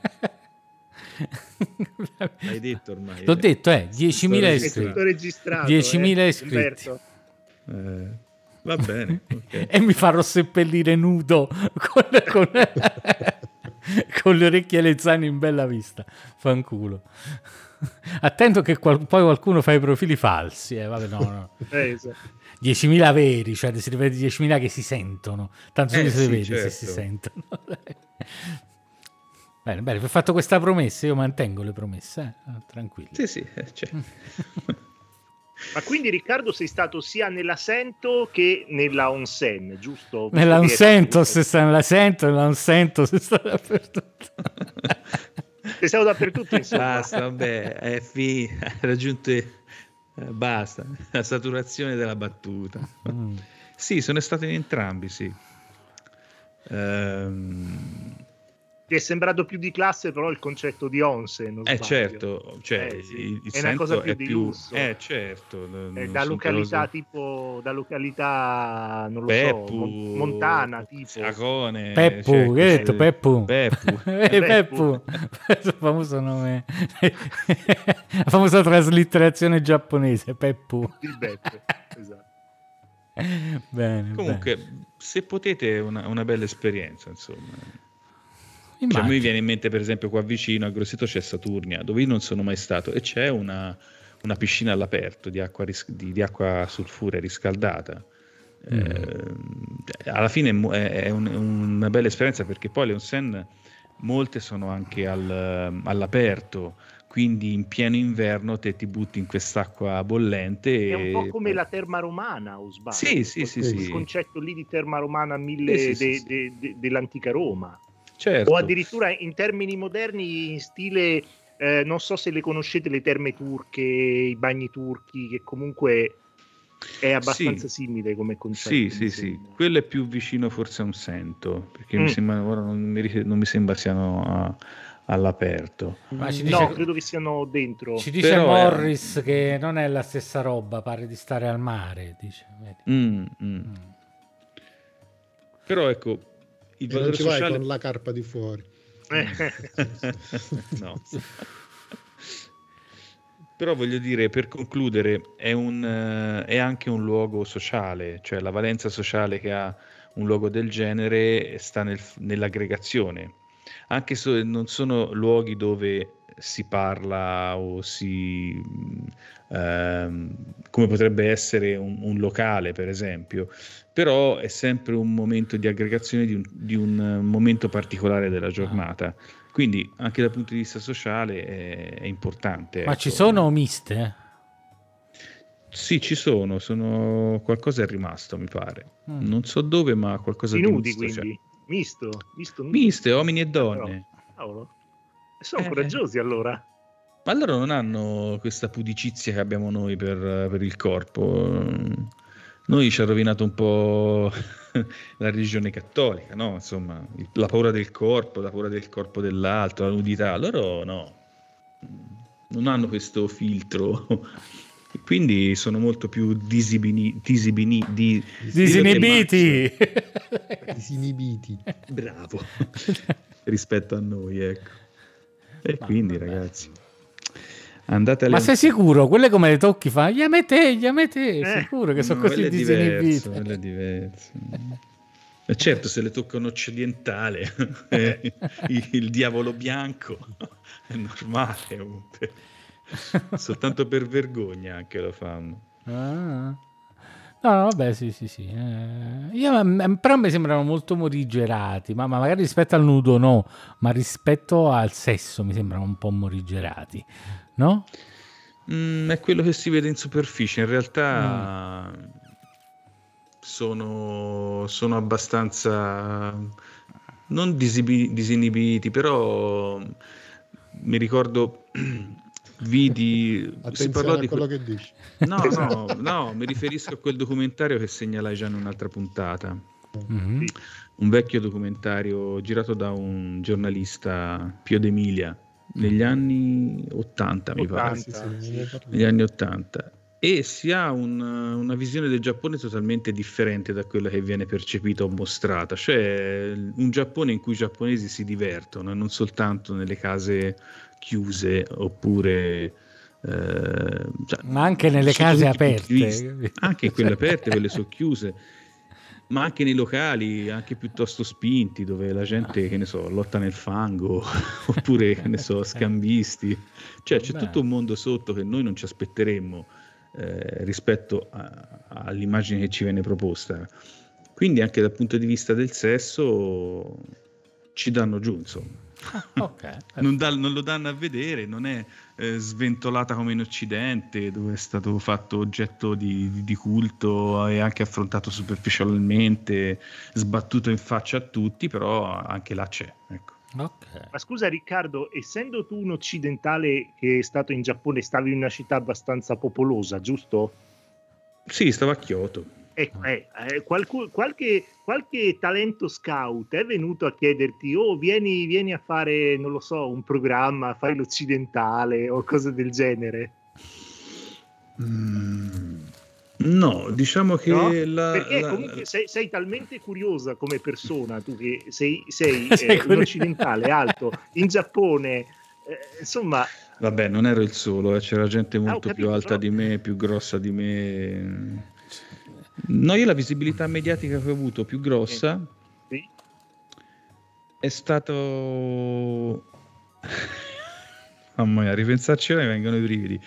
L'hai detto ormai. L'ho detto, 10.000 iscritti. 10.000 iscritti. Va bene. Okay. E mi farò seppellire nudo con le orecchie e le zanne in bella vista. Fanculo. Attento che poi qualcuno fa i profili falsi. Vabbè, no. 10.000 veri, cioè si rivede 10.000 che si sentono. Tanto si vede se si sentono. Bene, vi ho fatto questa promessa, io mantengo le promesse, tranquilli. Sì, cioè. Ma quindi Riccardo sei stato sia nell'Asento che nella onsen, giusto? Nella Onsento, se sta nell'Asento, nella Onsento, se sta dappertutto. Sei stato dappertutto, insomma. Basta, vabbè, è raggiunto, basta, la saturazione della battuta. Sì, sono stato in entrambi, sì. Ti è sembrato più di classe però il concetto di onsen, non sbaglio. Certo, cioè sì. il è una cosa più è di più lusso. Certo, da località tipo, da località non lo Peppu, so, montana tipo Sacone, Peppu, cioè, che hai detto Peppu? Peppu. Il famoso nome, la famosa traslitterazione giapponese, Peppu. Il Beppe, esatto. Bene, Comunque, se potete, è una bella esperienza, insomma. Cioè, a immagino. me viene in mente, per esempio, qua vicino a Grosseto c'è Saturnia, dove io non sono mai stato, e c'è una piscina all'aperto di acqua sulfurea riscaldata. Alla fine è una bella esperienza, perché poi le onsen molte sono anche all'aperto, quindi in pieno inverno te ti butti in quest'acqua bollente È un po' e come la terma romana, o sbaglio? Sì. Il concetto lì di terma romana 1000 Sì. dell'antica Roma. Certo. O addirittura in termini moderni, in stile, non so se le conoscete, le terme turche, i bagni turchi, che comunque è abbastanza simile come concetto. Sì. Quello è più vicino forse a un sento, perché mi sembra, ora non mi sembra siano all'aperto. Ma credo che siano dentro. Ci dice Però Morris che non è la stessa roba, pare di stare al mare, dice. Però ecco, il valore non ci sociale... vai con la carpa di fuori. No. Però voglio dire, per concludere, è anche un luogo sociale, cioè la valenza sociale che ha un luogo del genere sta nell'aggregazione, anche se non sono luoghi dove si parla o come potrebbe essere un locale, per esempio, però è sempre un momento di aggregazione di un momento particolare della giornata. Quindi anche dal punto di vista sociale è importante. Ma ci sono miste? Sì, ci sono. Qualcosa è rimasto, mi pare. Non so dove, ma qualcosa di nudi, misto quindi. Misto. Miste, uomini e donne. Cavolo. Sono coraggiosi allora. Ma loro non hanno questa pudicizia che abbiamo noi per il corpo. Noi ci ha rovinato un po' la religione cattolica, no? Insomma, la paura del corpo dell'altro, la nudità. Loro no, non hanno questo filtro, e quindi sono molto più disinibiti. Bravo. Rispetto a noi, ecco. E quindi, ragazzi, andate Ma sei sicuro? Quelle come le tocchi fa Yamete, sicuro che sono così disinibite? Quello è diverso. E certo, se le tocca un occidentale, il diavolo bianco, è normale comunque. Soltanto per vergogna anche lo fanno. No, vabbè, sì. Però mi sembrano molto morigerati, ma magari rispetto al nudo no, ma rispetto al sesso mi sembrano un po' morigerati, no? È quello che si vede in superficie, in realtà sono abbastanza non disinibiti, però mi ricordo vidi attenzione a quello che dici. No, mi riferisco a quel documentario che segnalai già in un'altra puntata. Un vecchio documentario girato da un giornalista, Pio D'Emilia, negli anni 80, mi pare. Negli anni 80. E si ha una visione del Giappone totalmente differente da quella che viene percepita o mostrata, cioè un Giappone in cui i giapponesi si divertono, non soltanto nelle case chiuse oppure ma anche nelle case aperte, anche in quelle aperte, quelle socchiuse, ma anche nei locali anche piuttosto spinti, dove la gente, che ne so, lotta nel fango oppure, che ne so, scambisti, cioè c'è tutto un mondo sotto che noi non ci aspetteremmo rispetto all'immagine che ci viene proposta. Quindi anche dal punto di vista del sesso ci danno giù, insomma. Non lo danno a vedere, non è sventolata come in Occidente, dove è stato fatto oggetto di culto e anche affrontato superficialmente, sbattuto in faccia a tutti, però anche là c'è, ecco. Ma scusa Riccardo, essendo tu un occidentale che è stato in Giappone, stavi in una città abbastanza popolosa, giusto? Sì, stavo a Kyoto. Qualche talento scout è venuto a chiederti vieni a fare, non lo so, un programma, fai l'occidentale o cose del genere? No, diciamo che no? Perché comunque sei talmente curiosa come persona, tu che sei un occidentale alto in Giappone, insomma. Vabbè, non ero il solo, c'era gente molto più alta di me, più grossa di me. No, io la visibilità mediatica che ho avuto più grossa Sì. è stato... Mamma mia, a ripensarci ora mi vengono i brividi.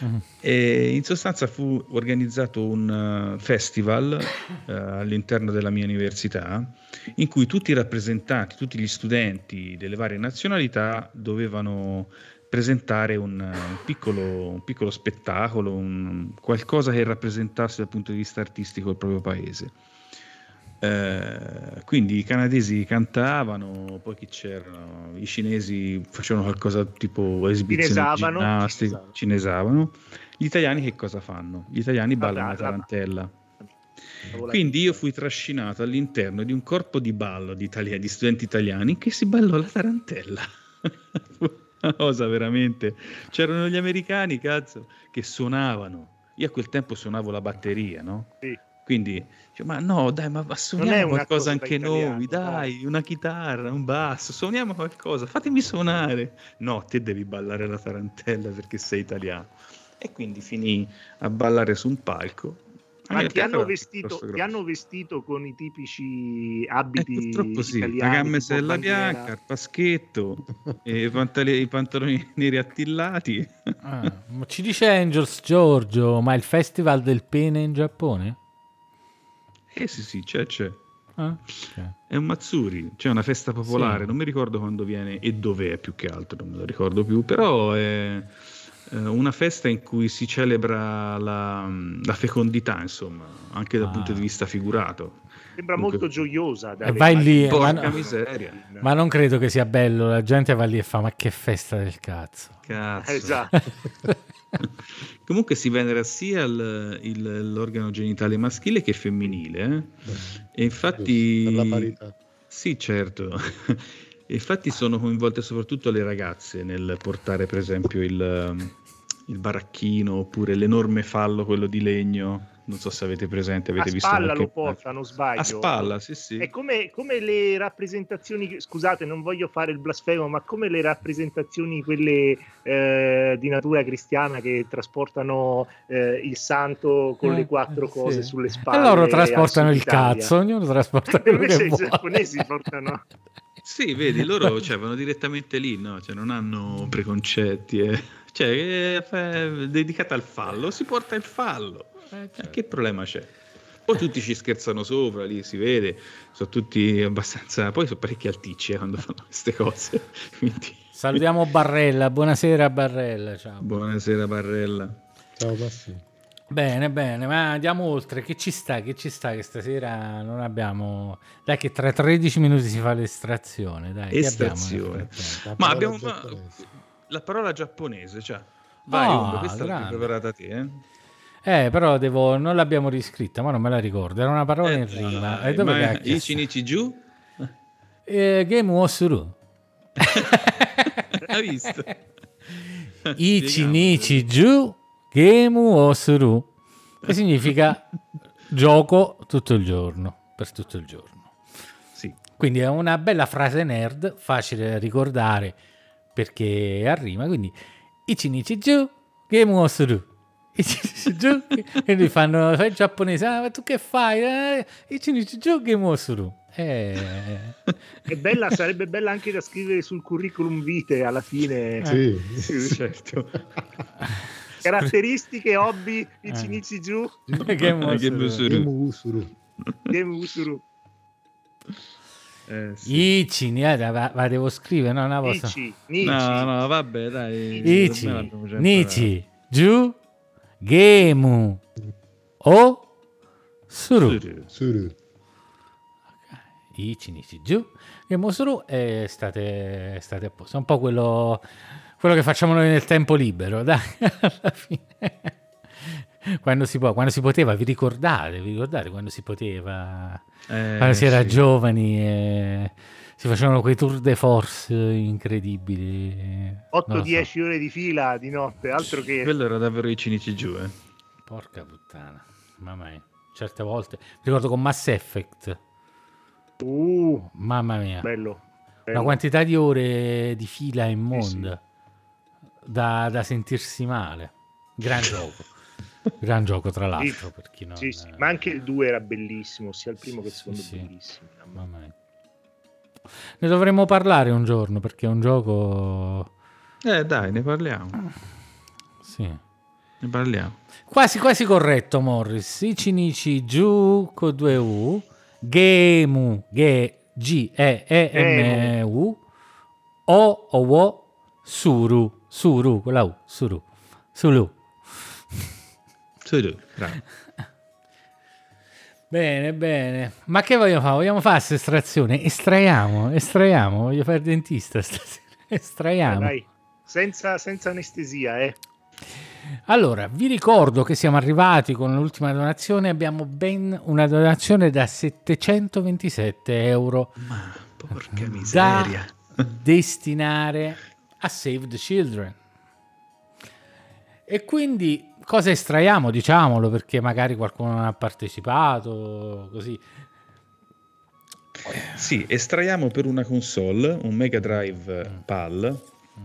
E in sostanza fu organizzato un festival all'interno della mia università in cui tutti i rappresentanti, tutti gli studenti delle varie nazionalità dovevano presentare un piccolo spettacolo, qualcosa che rappresentasse dal punto di vista artistico il proprio paese. Quindi i canadesi cantavano, poi chi c'erano? I cinesi facevano qualcosa tipo esibizione ginnastica, cinesavano. Gli italiani che cosa fanno? Gli italiani ballano la tarantella. Quindi io fui trascinato all'interno di un corpo di ballo di studenti italiani che si ballò la tarantella. Una cosa veramente... C'erano gli americani, cazzo, che suonavano. Io a quel tempo suonavo la batteria, no? Sì. Quindi, ma no, dai, ma suoniamo qualcosa anche italiano, noi, dai, una chitarra, un basso, suoniamo qualcosa, fatemi suonare. No, te devi ballare la tarantella perché sei italiano. E quindi finì a ballare su un palco. Ma ti hanno vestito con i tipici abiti purtroppo sì, italiani, la gammesella bianca, il paschetto, i pantaloni neri attillati. Ma ci dice Angels Giorgio, ma il festival del pene in Giappone? Sì, c'è. Okay. È un Matsuri, c'è una festa popolare, non mi ricordo quando viene e dov'è più che altro, non me lo ricordo più, però è una festa in cui si celebra la fecondità, insomma, anche dal punto di vista figurato. Sembra molto gioiosa. E vai lì, porca miseria. Ma non credo che sia bello, la gente va lì e fa, ma che festa del cazzo. Esatto. Comunque si venera sia l'organo genitale maschile che femminile, e infatti per la parità. Sì, certo. E infatti sono coinvolte soprattutto le ragazze nel portare, per esempio, il baracchino oppure l'enorme fallo, quello di legno. Non so se avete presente, avete visto. A spalla lo portano, sbaglio. A spalla, sì. È come le rappresentazioni, scusate, non voglio fare il blasfemo, ma come le rappresentazioni quelle di natura cristiana che trasportano il santo con le 4 cose sulle spalle. E loro trasportano il cazzo, ognuno trasporta quello che vuole. I giapponesi portano... Sì, vedi, loro vanno direttamente lì, no? Cioè, non hanno preconcetti. Cioè, è dedicata al fallo, si porta il fallo. Certo. Che problema c'è? Poi tutti ci scherzano sopra, lì si vede, sono tutti abbastanza... Poi sono parecchi alticci quando fanno queste cose. Quindi... Salutiamo Barrella, buonasera Barrella. Ciao. Buonasera Barrella. Ciao Passi. Bene, ma andiamo oltre. Che ci sta che stasera non abbiamo... Dai che tra 13 minuti si fa l'estrazione. Dai, estrazione. Ma abbiamo la parola giapponese, cioè. Vai, Ugo, questa l'hai preparata te, però non l'abbiamo riscritta, ma non me la ricordo. Era una parola in rima. E dove cacchio? Ichi Ju? Game wo suru. Hai visto? Ichi Ju Game wo suru. Che significa gioco tutto il giorno, per tutto il giorno. Sì. Quindi è una bella frase nerd, facile da ricordare perché arriva. Quindi Ichi Ju Game wo suru. E lui fanno il giapponese, ma tu che fai? Ichi Game wo suru. È bella, sarebbe bella anche da scrivere sul curriculum vitae alla fine. Sì, certo. Caratteristiche, hobby, Ichi Ju Game wo suru. Ichi, la devo scrivere, no, una volta. No, vabbè, dai. Ichi Ju Game o suru. Ichi Ju Game o suru, e state a posto. È un po' quello che facciamo noi nel tempo libero, dai, alla fine. Quando si poteva, vi ricordate quando si poteva, quando si era giovani e si facevano quei tour de force incredibili, 8-10 ore di fila di notte, altro che... Quello era davvero Ichi Ju, porca puttana, mamma mia, certe volte ricordo con Mass Effect, mamma mia, bello. Una quantità di ore di fila immonda, da sentirsi male. Gran gioco. Gran gioco, tra l'altro, per chi non... Sì, ma anche il 2 era bellissimo, sia il primo che il secondo sì. bellissimo. Mamma mia. Ne dovremmo parlare un giorno, perché è un gioco... Dai, ne parliamo. Sì. Ne parliamo. Quasi quasi corretto, Morris. Ichinichi Ju con 2 U. Gemu, G-E-E-M-U. O Suru. Suru, quella U. Suru. Sulu. Bravo. Bene. Ma che vogliamo fare? Vogliamo fare questa estrazione? Estraiamo. Voglio fare il dentista stasera. Estraiamo. Dai, senza anestesia, Allora, vi ricordo che siamo arrivati con l'ultima donazione, abbiamo ben una donazione da 727 euro Ma porca miseria. da destinare a Save the Children. E quindi cosa estraiamo? Diciamolo, perché magari qualcuno non ha partecipato, così. Sì, estraiamo per una console un Mega Drive PAL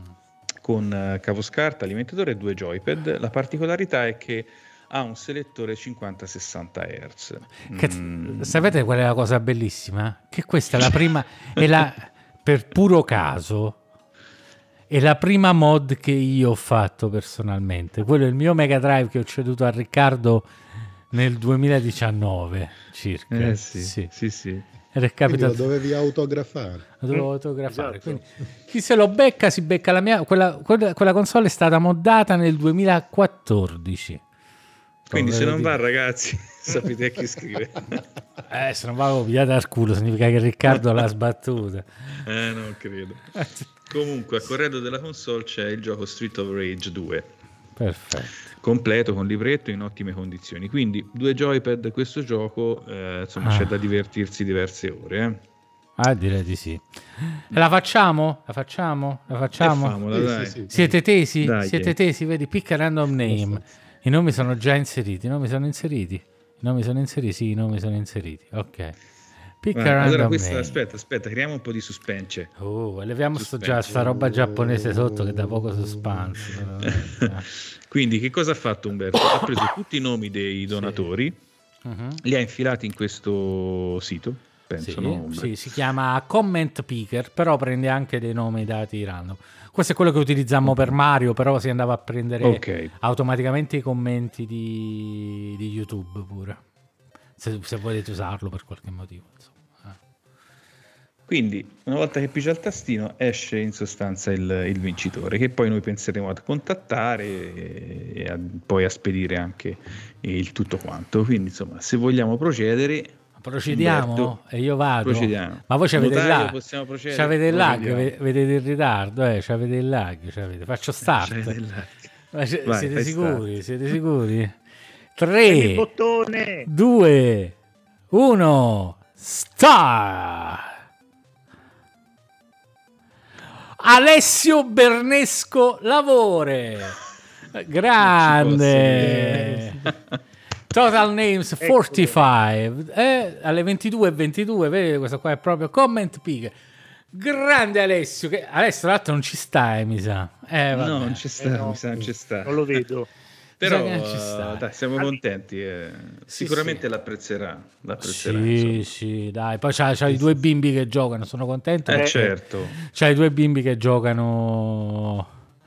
con cavoscarta, alimentatore e 2 joypad. La particolarità è che ha un selettore 50-60 Hz. Sapete qual è la cosa bellissima? Che questa è la prima, per puro caso, è la prima mod che io ho fatto personalmente. Quello è il mio Mega Drive che ho ceduto a Riccardo nel 2019 circa. Sì. Ed è Quindi capitato. lo dovevi autografare. Lo dovevo autografare. Esatto. Quindi, chi se lo becca si becca la mia. Quella console è stata moddata nel 2014. Quindi se non va, ragazzi, sapete a chi scrive. Se non va pigliata al culo, significa che Riccardo l'ha sbattuta. Non credo. Comunque, a corredo della console c'è il gioco Street of Rage 2. Perfetto. Completo, con libretto, in ottime condizioni. Quindi 2 joypad, questo gioco, insomma, c'è da divertirsi diverse ore. Direi di sì. La facciamo? Famola, dai. Sì. Siete tesi? Dai. Siete tesi? Vedi, pick a random name. I nomi sono già inseriti. Sì, i nomi sono inseriti. Ok. Pick a random Allora, questa, name. aspetta, creiamo un po' di suspense. Leviamo sta roba giapponese sotto che dà poco suspense. Quindi, che cosa ha fatto Umberto? Ha preso tutti i nomi dei donatori, li ha infilati in questo sito, penso, no? Sì, si chiama Comment Picker, però prende anche dei nomi dati random. Questo è quello che utilizzammo per Mario, però si andava a prendere automaticamente i commenti di YouTube pure, se volete usarlo per qualche motivo, insomma. Quindi, una volta che pigia il tastino, esce in sostanza il vincitore, che poi noi penseremo a contattare e poi a spedire anche il tutto quanto. Quindi, insomma, se vogliamo procedere... Procediamo? Umberto, E io vado? procediamo. Ma voi c'avete il lag? Possiamo procedere? C'avete il lag? Vedete il ritardo? C'avete il lag? Faccio start. Vai, Siete sicuri? start. Siete sicuri? Premi 3, il bottone. 2, 1, start! Alessio Bernesco Lavore, grande. Total names 45, alle 22:22, vedi, questo qua è proprio comment pick. Grande Alessio, Alessio tra l'altro non ci stai, mi sa. Vabbè. No, non ci sta, no, mi sa non ci sta. Non lo vedo. Però ci sta. dai, siamo contenti. Sicuramente sì. l'apprezzerà. Sì, dai. Poi c'ha i due bimbi che giocano, sono contento. Certo. C'ha i due bimbi che giocano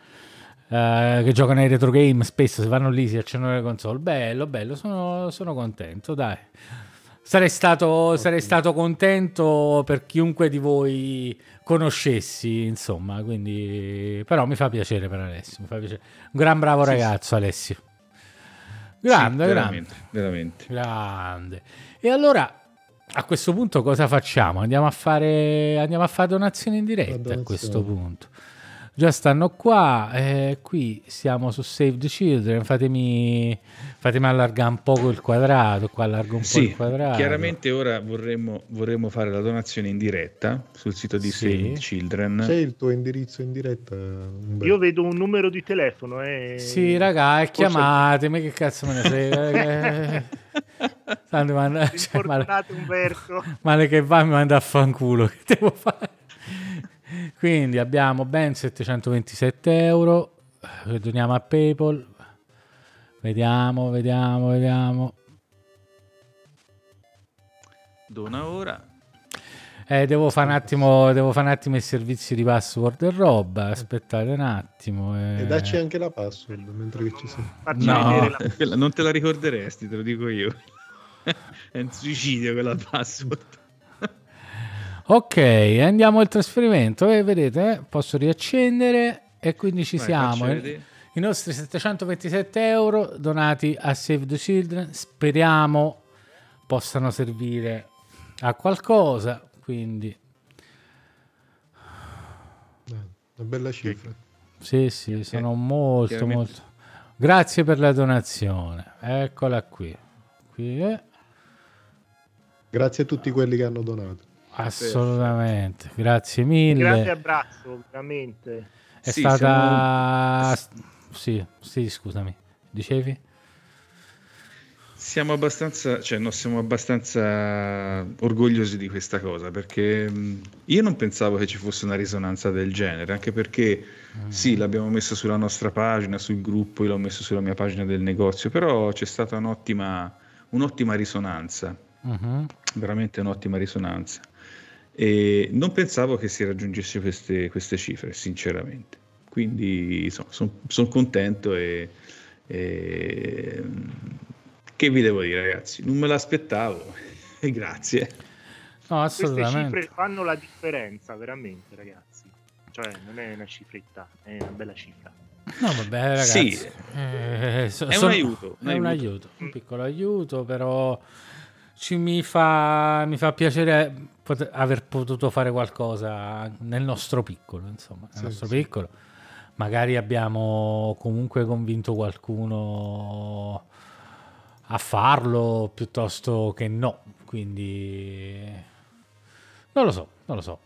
ai retro game, spesso si vanno lì, si accendono le console. Bello, sono contento, dai. Sarei stato contento per chiunque di voi conoscessi, insomma, quindi però mi fa piacere per Alessio, mi fa piacere. Un gran bravo ragazzo, Alessio. Grande. Grande. E allora a questo punto cosa facciamo? Andiamo a fare donazioni in diretta a questo punto. Già stanno qua, qui siamo su Save the Children, fatemi allargare un po' il quadrato, qua allargo un po' il quadrato. Chiaramente ora vorremmo fare la donazione in diretta sul sito di Save the Children. C'è il tuo indirizzo in diretta? Umberto? Io vedo un numero di telefono. Sì, raga, chiamatemi, che cazzo me ne frega. Fortunato Umberto. Male che va, mi manda a fanculo, che devo fare? Quindi abbiamo ben 727 euro che doniamo a PayPal. Vediamo. Dona ora. Devo fare un attimo i servizi di password e roba. Aspettate un attimo. E dacci anche la password mentre che ci sei. Facci No, vedere quella non te la ricorderesti, te lo dico io. È un suicidio quella password. Ok, andiamo al trasferimento. Vedete, posso riaccendere e quindi ci Vai, siamo. facci vedere. I nostri 727 euro donati a Save the Children. Speriamo possano servire a qualcosa. Quindi Una bella cifra. sì, sono molto Chiaramente. molto. Grazie per la donazione. Eccola qui. Grazie a tutti quelli che hanno donato. Assolutamente. Grazie mille. un grande abbraccio, veramente. È Sì, stata sì, scusami. Dicevi? Siamo abbastanza orgogliosi di questa cosa, perché io non pensavo che ci fosse una risonanza del genere, anche perché sì, l'abbiamo messo sulla nostra pagina, sul gruppo, io l'ho messo sulla mia pagina del negozio, però c'è stata un'ottima risonanza, veramente un'ottima risonanza, e non pensavo che si raggiungesse queste cifre, sinceramente. Quindi sono contento e che vi devo dire, ragazzi? Non me l'aspettavo e grazie. No, Queste assolutamente. cifre fanno la differenza, veramente, ragazzi. Cioè, non è una cifretta, è una bella cifra. No, vabbè, ragazzi. Sì, è un aiuto, È un aiuto, un piccolo aiuto, però mi fa piacere aver potuto fare qualcosa nel nostro piccolo, insomma, nel nostro piccolo. Magari abbiamo comunque convinto qualcuno a farlo piuttosto che no, quindi non lo so.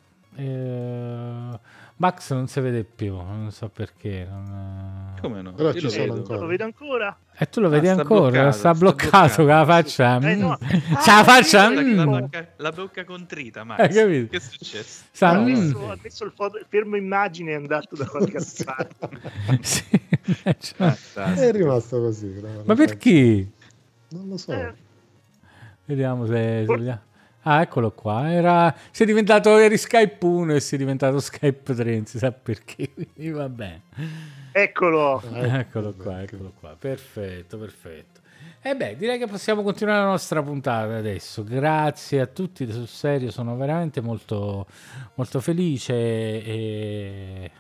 Max non si vede più, non so perché. come no? Però Io ci lo sono vedo. ancora. Lo vedo ancora? E tu lo vedi sta ancora? bloccato, Sta sta bloccato con la faccia. No. C'ha la faccia. La bocca contrita, Hai Max. capito? Che è successo? Sta, Ha messo il fermo immagine e è andato da qualche parte. sì, È rimasto così. ma perché? Non lo so. Vediamo se vediamo. Ah, eccolo qua. Eri Skype 1 e si è diventato Skype 3, non si sa perché. Quindi va bene. Eccolo. Eccolo qua. Perfetto. E beh, direi che possiamo continuare la nostra puntata adesso. Grazie a tutti, sul serio, sono veramente molto, molto felice e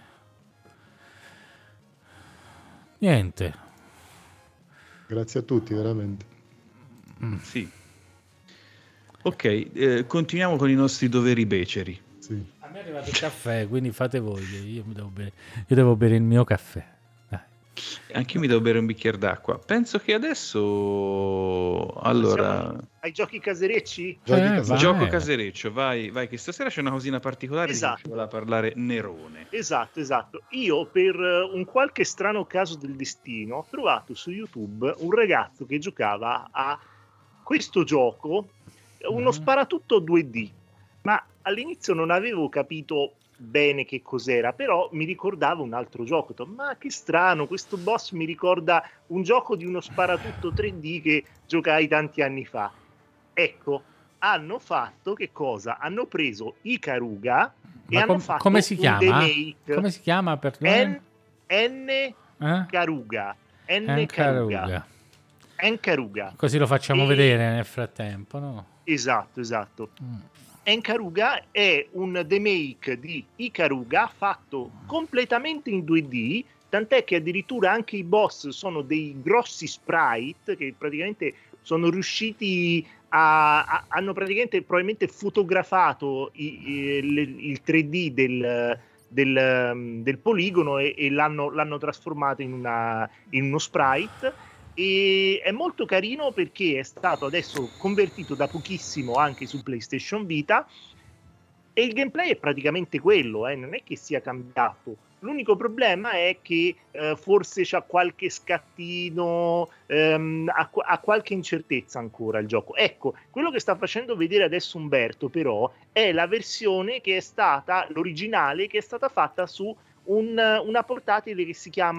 niente. Grazie a tutti, veramente. Sì. Ok, continuiamo con i nostri doveri beceri. Sì. A me è arrivato il caffè, quindi fate voi. Io devo bere il mio caffè. Anche io mi devo bere un bicchiere d'acqua. Penso che adesso allora Ai giochi caserecci? gioco casereccio, vai, che stasera c'è una cosina particolare, Esatto. di cui ci vuole parlare Nerone. Esatto. Io per un qualche strano caso del destino ho trovato su YouTube un ragazzo che giocava a questo gioco, uno sparatutto 2D, ma all'inizio non avevo capito bene che cos'era, però mi ricordava un altro gioco. Ho detto, ma che strano, questo boss mi ricorda un gioco di uno sparatutto 3D che giocai tanti anni fa. Ecco, hanno fatto che cosa? Hanno preso Ikaruga e hanno fatto come si chiama? remake. Come si chiama? Karuga. Karuga. Così lo facciamo vedere nel frattempo, no? Esatto. Karuga è un remake di Ikaruga fatto completamente in 2D, tant'è che addirittura anche i boss sono dei grossi sprite che praticamente sono riusciti hanno praticamente probabilmente fotografato il 3D del poligono e l'hanno trasformato in uno sprite. E è molto carino perché è stato adesso convertito da pochissimo anche su PlayStation Vita e il gameplay è praticamente quello, non è che sia cambiato. L'unico problema è che forse c'ha qualche scattino, ha qualche incertezza ancora il gioco. Ecco, quello che sta facendo vedere adesso Umberto però è la versione che è stata, l'originale, che è stata fatta su una portatile che si chiama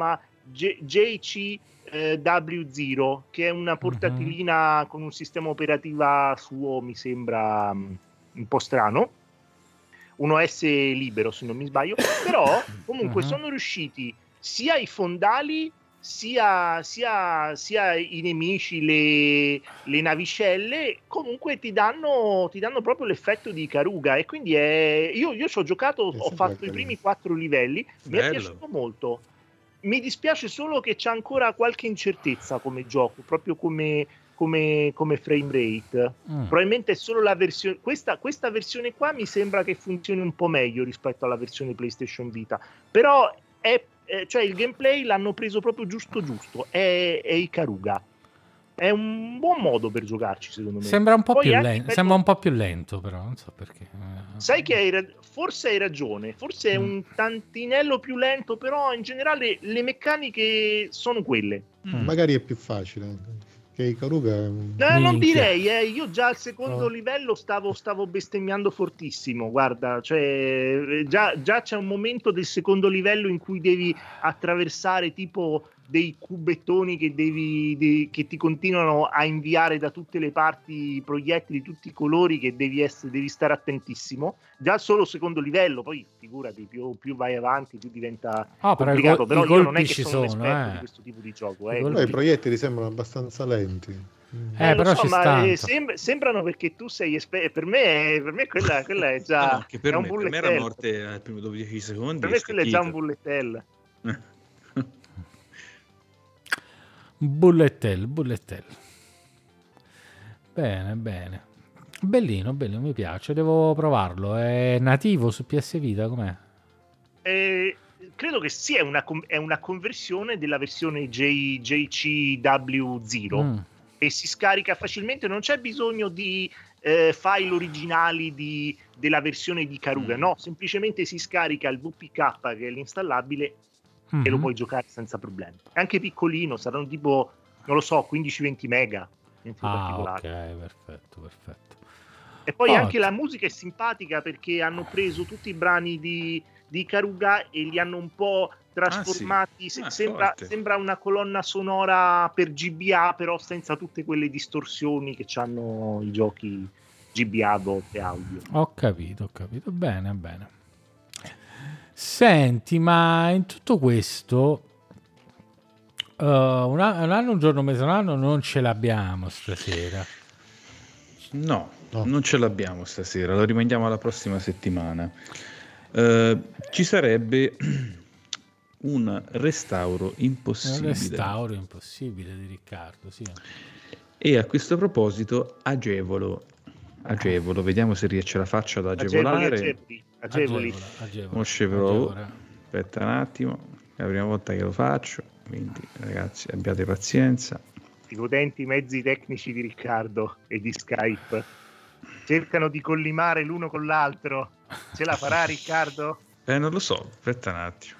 JCW0, che è una portatilina con un sistema operativo suo, mi sembra un po' strano, un OS libero se non mi sbaglio, però comunque sono riusciti sia i fondali sia i nemici, le navicelle, comunque ti danno proprio l'effetto di Ikaruga, e quindi io ci ho giocato, ho fatto i primi 4 livelli, mi è piaciuto molto. Mi dispiace solo che c'è ancora qualche incertezza come gioco, proprio come frame rate. Probabilmente è solo la versione, questa versione qua mi sembra che funzioni un po' meglio rispetto alla versione PlayStation Vita, però cioè il gameplay l'hanno preso proprio giusto, è Ikaruga. È un buon modo per giocarci, secondo me. Sembra un po' più lento, sembra un po' più lento, però non so perché. Sai che forse hai ragione, forse è un tantinello più lento, però in generale le meccaniche sono quelle. Magari è più facile che Ikaruga. Non direi, io già al secondo livello stavo bestemmiando fortissimo, guarda, cioè già c'è un momento del secondo livello in cui devi attraversare tipo dei cubettoni che che ti continuano a inviare da tutte le parti proiettili di tutti i colori, che devi stare attentissimo. Già solo secondo livello, poi figurati, più vai avanti più diventa complicato, però io non è che sono un esperto di questo tipo di gioco. I proiettili sembrano abbastanza lenti. Però so, ma sembrano, perché tu sei esperto. Per me quella è già no, che per è un me, bullet per me era morte ai primi 12 secondi. Per me quello è già un bullet hell. Bullet hell. Bene. Bellino, mi piace, devo provarlo. È nativo su PS Vita, com'è? Credo che sia è una conversione della versione JCW0 e si scarica facilmente, non c'è bisogno di file originali della versione di Ikaruga, no, semplicemente si scarica il VPK, che è l'installabile, e lo puoi giocare senza problemi. È anche piccolino, saranno tipo, non lo so, 15-20 mega. Ok, perfetto. E poi anche la musica è simpatica, perché hanno preso tutti i brani di Ikaruga e li hanno un po' trasformati. Sembra una colonna sonora per GBA, però senza tutte quelle distorsioni che hanno i giochi GBA a volte audio. Ho capito. Bene. Senti, ma in tutto questo un anno, un giorno, mese, un anno non ce l'abbiamo stasera. No, non ce l'abbiamo stasera, lo rimandiamo alla prossima settimana. Ci sarebbe un restauro impossibile. Di Riccardo, sì. E a questo proposito agevolo, vediamo se riesce la faccia ad agevolare. Agevoli. Aspetta un attimo, è la prima volta che lo faccio, quindi ragazzi abbiate pazienza. I potenti mezzi tecnici di Riccardo e di Skype cercano di collimare l'uno con l'altro. Ce la farà Riccardo? Non lo so, aspetta un attimo.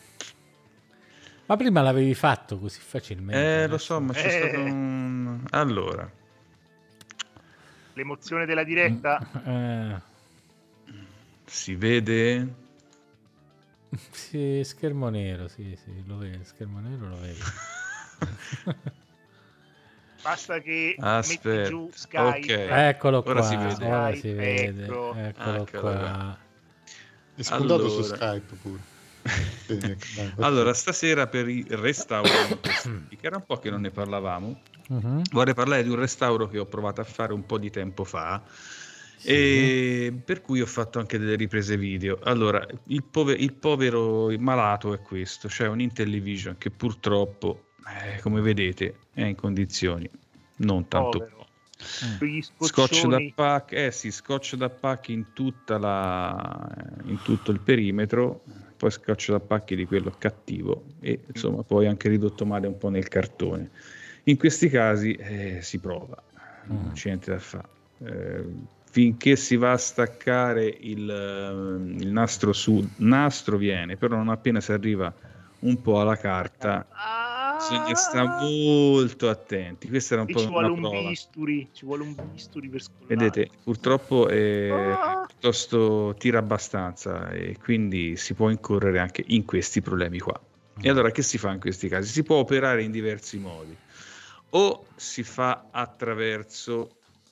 Ma prima l'avevi fatto così facilmente. Lo so, ma c'è stato Allora. L'emozione della diretta. Si vede? Sì, schermo nero, sì, lo vedo, schermo nero lo vedo. Basta che metti giù Skype. Okay. Eccolo qua. Ora si vede. Eccolo qua. È spuntato su Skype pure. Allora, stasera per il restauro, che era un po' che non ne parlavamo, vorrei parlare di un restauro che ho provato a fare un po' di tempo fa. Sì. E per cui ho fatto anche delle riprese video. Allora, il povero malato è questo, cioè un Intellivision che purtroppo, come vedete, è in condizioni non tanto povero. Scotch da pack, scotch da pack in tutto il perimetro, poi scotch da pack di quello cattivo e insomma poi anche ridotto male un po' nel cartone. In questi casi si prova, non c'è niente da fare. Finché si va a staccare il nastro nastro viene, però non appena si arriva un po' alla carta bisogna stare molto attenti. Questa era un po' una prova. Ci vuole un bisturi per scollare. Vedete, purtroppo piuttosto tira abbastanza e quindi si può incorrere anche in questi problemi qua. E allora che si fa in questi casi? Si può operare in diversi modi. O si fa attraverso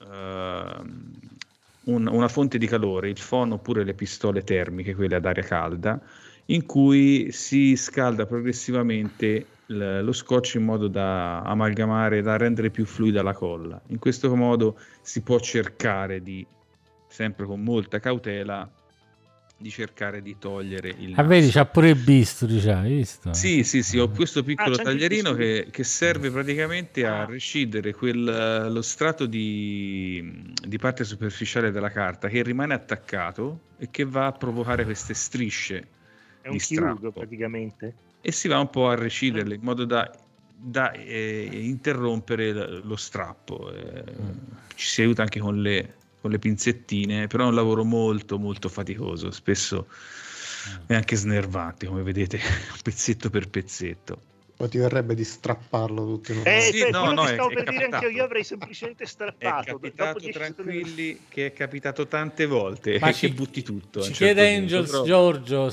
una fonte di calore, il phon oppure le pistole termiche, quelle ad aria calda, in cui si scalda progressivamente lo scotch in modo da amalgamare, da rendere più fluida la colla. In questo modo si può cercare di, sempre con molta cautela, di cercare di togliere il nastro. Vedi, c'ha pure il bisturi, hai visto? Sì, ho questo piccolo c'è anche il taglierino bisturi. che serve praticamente a recidere lo strato di parte superficiale della carta che rimane attaccato e che va a provocare queste strisce È un di chirurgo strappo. praticamente. E si va un po' a reciderle in modo da interrompere lo strappo. Ci si aiuta anche con le pinzettine, però è un lavoro molto molto faticoso, spesso è anche snervante, come vedete, pezzetto per pezzetto. Poi ti verrebbe di strapparlo tutto in un Sì, Cioè, no, quello no, che stavo è per dire capitato. anche io avrei semplicemente È strappato. capitato, 10 tranquilli, che è capitato tante volte Ma che butti tutto. Ci a un chiede certo punto, Angels però Giorgio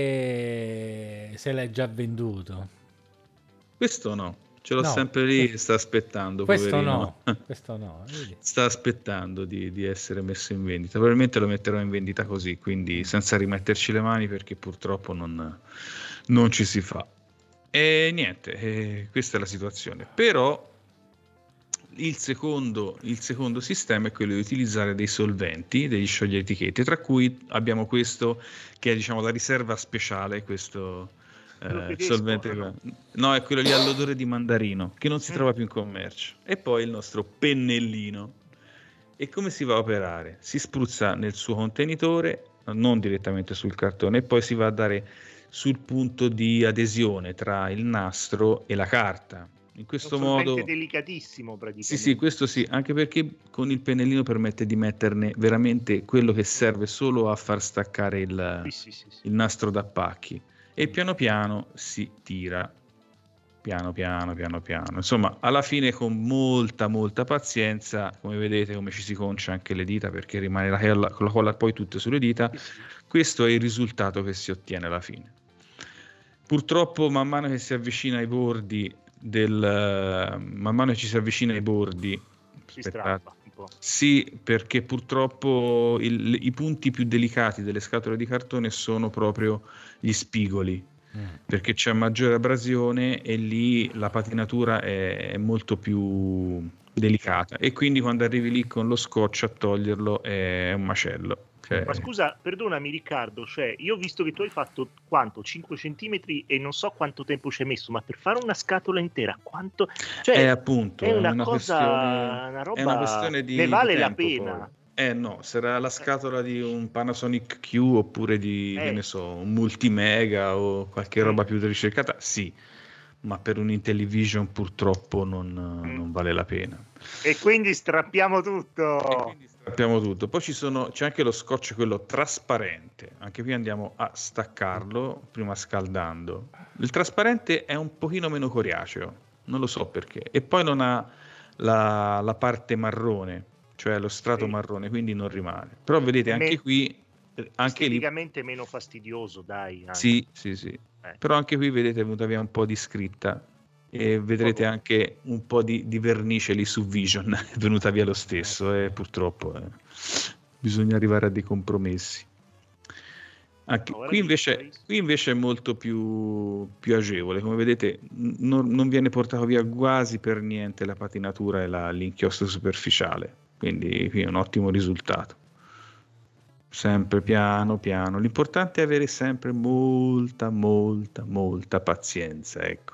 se l'hai già venduto. questo no, ce l'ho No, sempre lì, sta aspettando, questo poverino. no, questo no. Vedi? Sta aspettando di essere messo in vendita. Probabilmente lo metterò in vendita così, quindi senza rimetterci le mani, perché purtroppo non ci si fa. E niente, questa è la situazione. Però il secondo sistema è quello di utilizzare dei solventi, degli scioglietichette, tra cui abbiamo questo che è, diciamo, la riserva speciale, questo solvente. No, è quello lì all'odore di mandarino, che non si trova più in commercio. E poi il nostro pennellino. E come si va a operare? Si spruzza nel suo contenitore, non direttamente sul cartone, e poi si va a dare sul punto di adesione tra il nastro e la carta. In questo un solvente modo delicatissimo praticamente. sì, questo sì, anche perché con il pennellino permette di metterne veramente quello che serve solo a far staccare il nastro da pacchi, e piano piano si tira, piano piano. Insomma, alla fine con molta pazienza, come vedete come ci si concia anche le dita, perché rimane la colla poi tutta sulle dita. Questo è il risultato che si ottiene alla fine. Purtroppo man mano che si avvicina ai bordi si strappa un po'. Sì, perché purtroppo i punti più delicati delle scatole di cartone sono proprio gli spigoli, perché c'è maggiore abrasione e lì la patinatura è molto più delicata, e quindi quando arrivi lì con lo scotch a toglierlo è un macello. Ma scusa, perdonami Riccardo, cioè io ho visto che tu hai fatto quanto? 5 centimetri e non so quanto tempo ci hai messo, ma per fare una scatola intera, quanto? Cioè, appunto, è una questione, è una questione di ne vale di la tempo, pena. poi. No, sarà la scatola di un Panasonic Q oppure di, che ne so, un Multimega o qualche roba più ricercata, sì, ma per un Intellivision purtroppo non vale la pena. E quindi strappiamo tutto. Poi c'è anche lo scotch, quello trasparente, anche qui andiamo a staccarlo prima scaldando. Il trasparente è un pochino meno coriaceo, non lo so perché, e poi non ha la parte marrone, cioè lo strato marrone, quindi non rimane. Però vedete anche qui, anche lì esteticamente meno fastidioso, dai. sì. Però anche qui vedete è venuta via un po' di scritta, e vedrete anche un po' di vernice lì su Vision è venuta via lo stesso, e purtroppo bisogna arrivare a dei compromessi. Anche qui invece è molto più agevole, come vedete non viene portato via quasi per niente la patinatura e l'inchiostro superficiale, quindi qui è un ottimo risultato. Sempre piano, l'importante è avere sempre molta pazienza, ecco.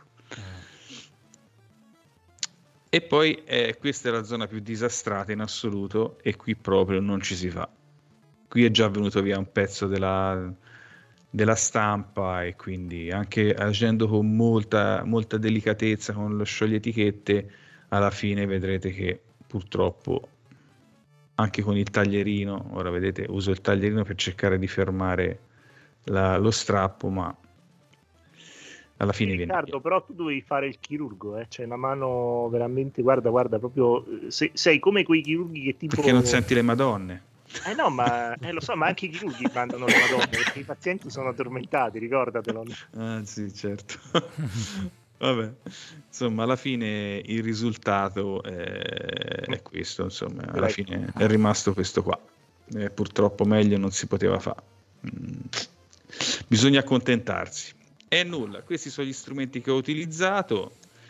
E poi questa è la zona più disastrata in assoluto, e qui proprio non ci si fa. Qui è già venuto via un pezzo della stampa, e quindi anche agendo con molta delicatezza con lo scioglietichette, alla fine vedrete che purtroppo anche con il taglierino, ora vedete uso il taglierino per cercare di fermare lo strappo, ma alla fine Riccardo, viene. però tu dovevi fare il chirurgo, c'è una mano veramente, guarda, proprio sei come quei chirurghi che tipo... Perché non senti le madonne. No, ma lo so, ma anche i chirurghi mandano le madonne perché i pazienti sono addormentati, ricordatelo. Ah, sì, certo. Vabbè, insomma, alla fine il risultato è questo, insomma, alla fine è rimasto questo qua. Purtroppo meglio non si poteva fare. Bisogna accontentarsi. E nulla, questi sono gli strumenti che ho utilizzato.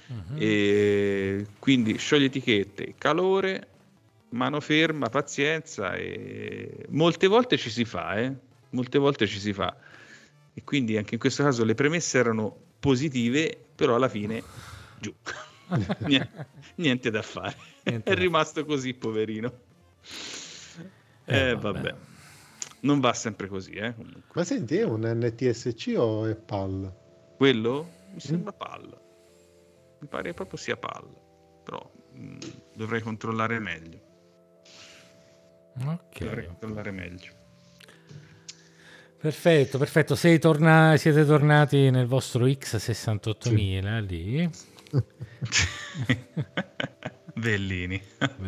E quindi scioglie etichette, calore, mano ferma, pazienza, e molte volte ci si fa, molte volte ci si fa. E quindi anche in questo caso le premesse erano positive, però alla fine giù. Niente da fare. È rimasto così, poverino. Vabbè. Non va sempre così, comunque. Ma senti, è un NTSC o è PAL? Quello? Mi sembra PAL. Mi pare proprio sia PAL, però dovrei controllare meglio. Dovrei controllare meglio. Perfetto. Siete tornati nel vostro X68000 lì. Bellini.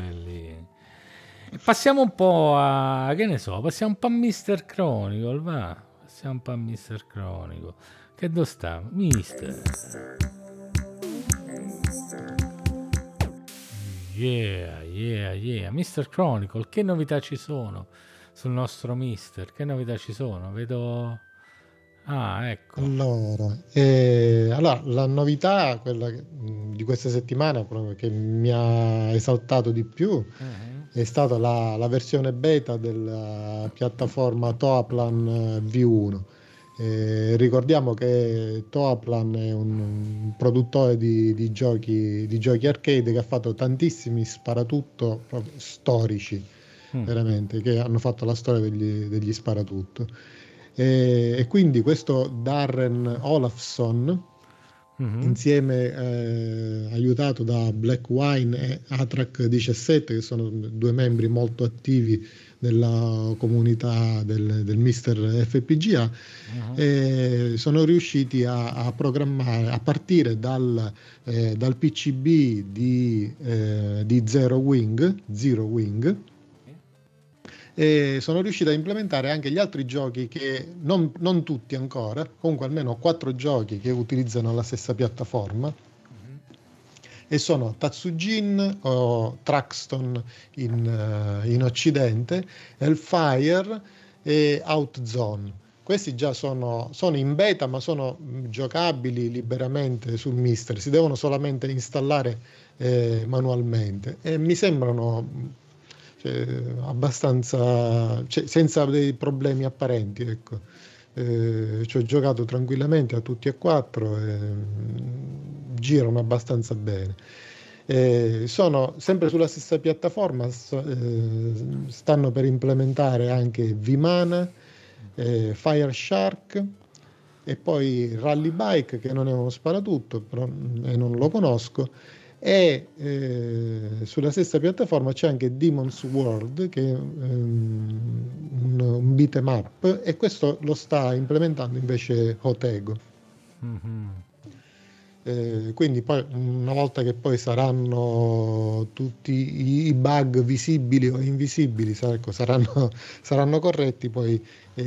Passiamo un po' a, che ne so, passiamo un po' a Mr. Chronicle, va. Passiamo un po' a Mr. Chronicle. Che dove sta? Mister. Yeah. Mr. Chronicle, che novità ci sono sul nostro Mister? Che novità ci sono? Vedo... Ah, ecco. Allora, la novità, quella di questa settimana, proprio che mi ha esaltato di più, è stata la versione beta della piattaforma Toaplan V1. Ricordiamo che Toaplan è un produttore di giochi arcade che ha fatto tantissimi sparatutto storici, veramente, che hanno fatto la storia degli sparatutto. E quindi questo Darren Olafsson, insieme aiutato da Black Wine e Atrak17, che sono due membri molto attivi nella comunità del Mister FPGA, sono riusciti a programmare a partire dal PCB di Zero Wing, e sono riusciti a implementare anche gli altri giochi che non tutti ancora, comunque almeno 4 giochi che utilizzano la stessa piattaforma, e sono Tatsujin o Traxton in occidente, Hellfire e Outzone. Questi già sono in beta, ma sono giocabili liberamente sul Mister, si devono solamente installare manualmente, e mi sembrano abbastanza, senza dei problemi apparenti, ecco. Ci ho giocato tranquillamente a tutti e 4 e girano abbastanza bene. Sono sempre sulla stessa piattaforma, stanno per implementare anche Vimana, Fire Shark e poi Rally Bike, che non è uno sparatutto, però non lo conosco. E sulla stessa piattaforma c'è anche Demon's World, che è un beat'em up, e questo lo sta implementando invece Hotego. Quindi poi, una volta che poi saranno tutti i bug visibili o invisibili, saranno corretti, poi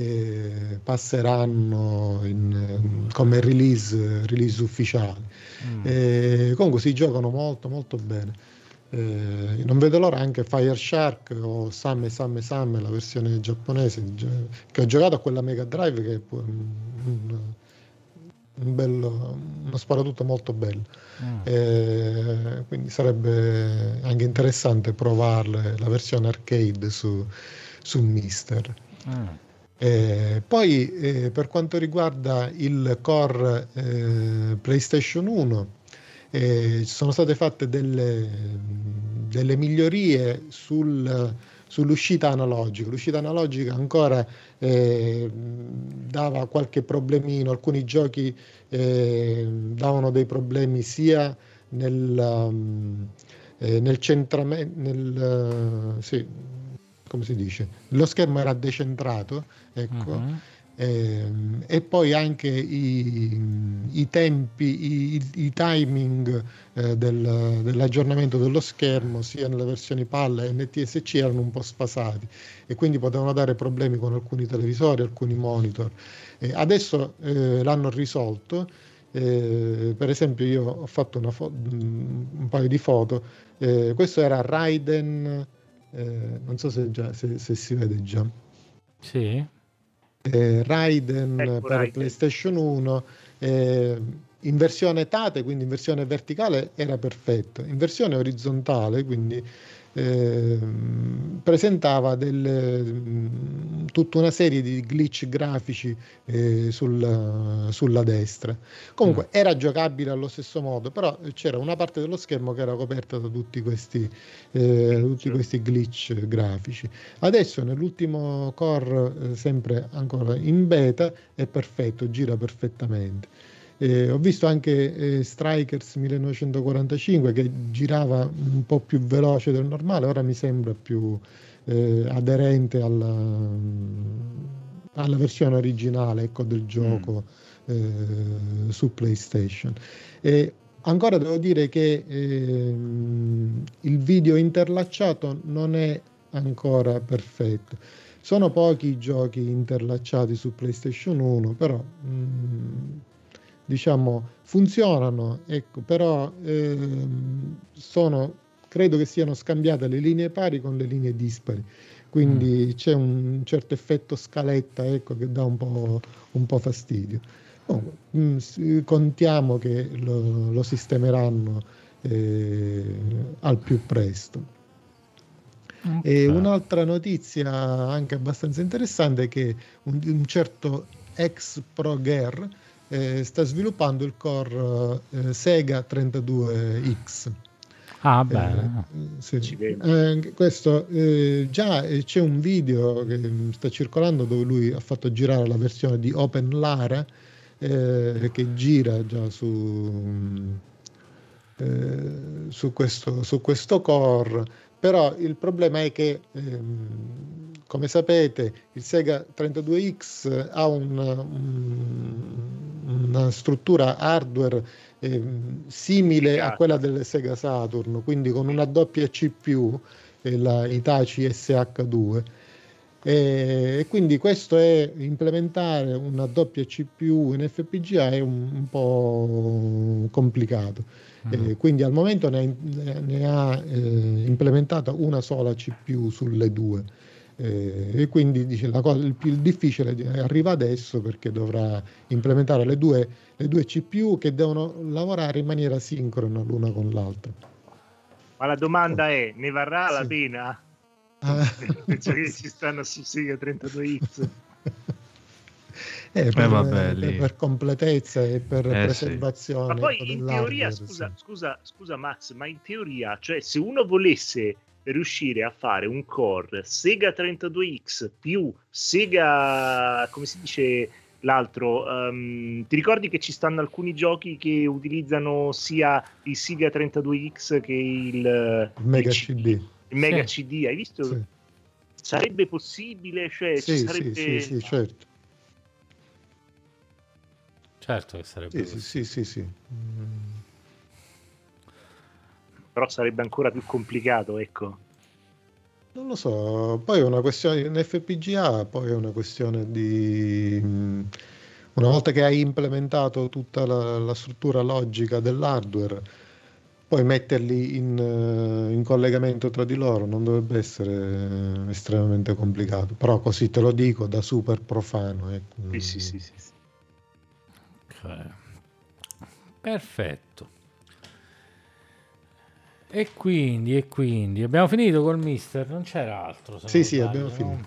passeranno come release ufficiali. Comunque si giocano molto molto bene. Non vedo l'ora anche Fire Shark o Same, la versione giapponese, che ho giocato a quella Mega Drive, che è uno sparatutto molto bello. Quindi sarebbe anche interessante provarle, la versione arcade su Mister. Poi per quanto riguarda il core PlayStation 1, ci sono state fatte delle migliorie sull'uscita analogica. L'uscita analogica ancora dava qualche problemino, alcuni giochi davano dei problemi sia nel centramento, come si dice? Lo schermo era decentrato, ecco. E poi anche i tempi, i timing dell'aggiornamento dello schermo sia nelle versioni PAL e NTSC erano un po' sfasati e quindi potevano dare problemi con alcuni televisori, alcuni monitor. Adesso l'hanno risolto. Per esempio io ho fatto un paio di foto. Questo era Raiden, non so se si vede già. Sì. Raiden Ecco, per Raiden. PlayStation 1 in versione Tate, quindi in versione verticale era perfetto, in versione orizzontale quindi presentava tutta una serie di glitch grafici sulla destra. Comunque era giocabile allo stesso modo, però c'era una parte dello schermo che era coperta da tutti questi glitch grafici. Adesso nell'ultimo core, sempre ancora in beta, è perfetto, gira perfettamente. Ho visto anche Strikers 1945 che girava un po' più veloce del normale, ora mi sembra più aderente alla versione originale, ecco, del gioco su PlayStation. Ancora devo dire che il video interlacciato non è ancora perfetto. Sono pochi i giochi interlacciati su PlayStation 1, però diciamo funzionano, ecco, però credo che siano scambiate le linee pari con le linee dispari, quindi c'è un certo effetto scaletta, ecco, che dà un po' fastidio. Contiamo che lo sistemeranno al più presto. E un'altra notizia anche abbastanza interessante è che un certo ex Pro Gear sta sviluppando il core Sega 32X. Ah, bene. Sì. Questo già c'è un video che sta circolando dove lui ha fatto girare la versione di OpenLara che gira già su questo core, però il problema è che come sapete il Sega 32X ha una struttura hardware simile a quella del Sega Saturn, quindi con una doppia CPU, la Hitachi SH2, e quindi questo è implementare una doppia CPU in FPGA è un po' complicato. Quindi al momento ne ha implementata una sola CPU sulle due, e quindi dice il più difficile arriva adesso, perché dovrà implementare le due CPU che devono lavorare in maniera sincrona l'una con l'altra. Ma la domanda è: ne varrà la pena? Penso che ci stanno su Sega 32X. Per completezza e per preservazione. Ma poi in teoria, scusa Max, ma in teoria, cioè se uno volesse riuscire a fare un core Sega 32X più Sega, come si dice l'altro, ti ricordi che ci stanno alcuni giochi che utilizzano sia il Sega 32X che il Mega CD? Il Mega CD, hai visto? Sì. Sarebbe possibile? Cioè, ci sarebbe... sì, certo. Certo che sarebbe possibile. Sì. Però sarebbe ancora più complicato, ecco. Non lo so, poi è una questione in FPGA, poi è una questione di... Una volta che hai implementato tutta la struttura logica dell'hardware, poi metterli in collegamento tra di loro non dovrebbe essere estremamente complicato, però così te lo dico da super profano. Ecco. Sì. Okay. Perfetto. E quindi abbiamo finito col mister, non c'era altro. Sì, abbiamo finito.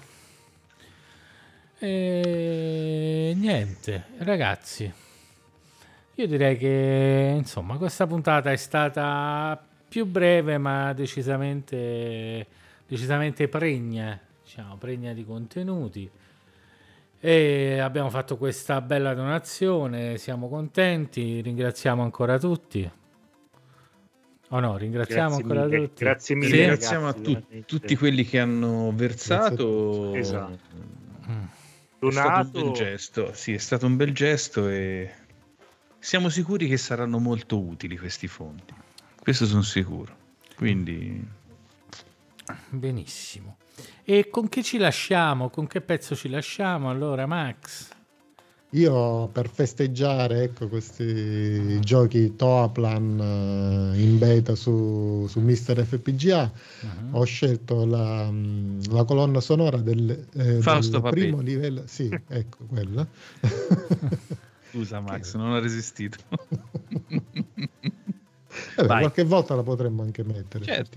E niente, ragazzi. Io direi che insomma questa puntata è stata più breve ma decisamente pregna, diciamo, pregna di contenuti, e abbiamo fatto questa bella donazione, siamo contenti, ringraziamo ancora tutti. Ringraziamo ancora tutti. Grazie mille. Ringraziamo a tutti quelli che hanno versato. Esatto. stato un bel gesto, sì, è stato un bel gesto e siamo sicuri che saranno molto utili questi fondi. Questo sono sicuro. Quindi benissimo. E con che ci lasciamo? Con che pezzo ci lasciamo allora, Max? Io per festeggiare, ecco, questi giochi Toaplan in beta su Mister FPGA, ho scelto la colonna sonora del primo livello. Sì, ecco quella. Scusa Max, non ho resistito. Qualche volta la potremmo anche mettere. Certo.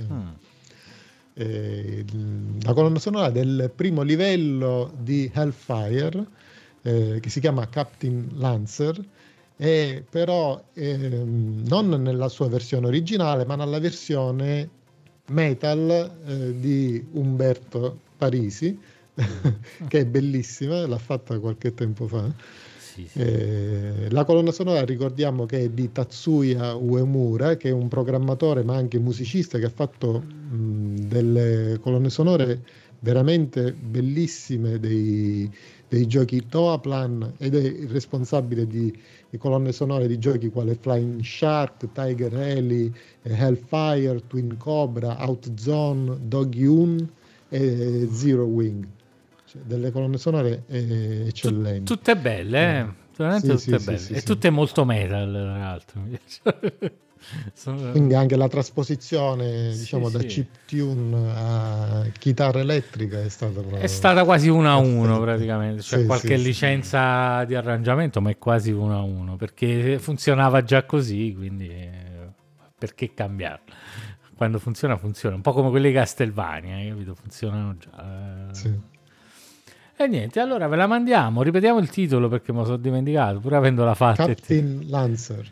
La colonna sonora del primo livello di Hellfire, che si chiama Captain Lancer, però non nella sua versione originale, ma nella versione metal di Umberto Parisi, che è bellissima, l'ha fatta qualche tempo fa. Sì. La colonna sonora ricordiamo che è di Tatsuya Uemura, che è un programmatore ma anche musicista, che ha fatto delle colonne sonore veramente bellissime dei giochi Toaplan, ed è il responsabile di colonne sonore di giochi quali Flying Shark, Tiger Rally, Hellfire, Twin Cobra, Outzone, Dog-Eun e Zero Wing. Cioè, delle colonne sonore eccellenti. Tutte belle, veramente tutte belle. E tutte molto metal, tra l'altro. Quindi anche la trasposizione, diciamo, da chiptune a chitarra elettrica è stata quasi 1-1 praticamente, cioè qualche licenza di arrangiamento, ma è quasi 1-1 perché funzionava già così, quindi perché cambiarlo? Quando funziona, un po' come quelli di Castlevania, capito? Funzionano già. E niente, allora ve la mandiamo, ripetiamo il titolo perché me lo sono dimenticato, pur avendola fatta. Captain Lancer.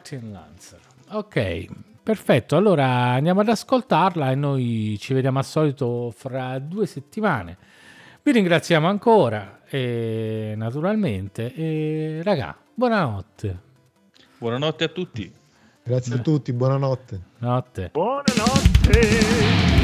Ok, perfetto, allora andiamo ad ascoltarla e noi ci vediamo al solito fra 2 settimane. Vi ringraziamo ancora e naturalmente e raga, buonanotte. Buonanotte a tutti. Grazie a tutti, buonanotte. Buonanotte.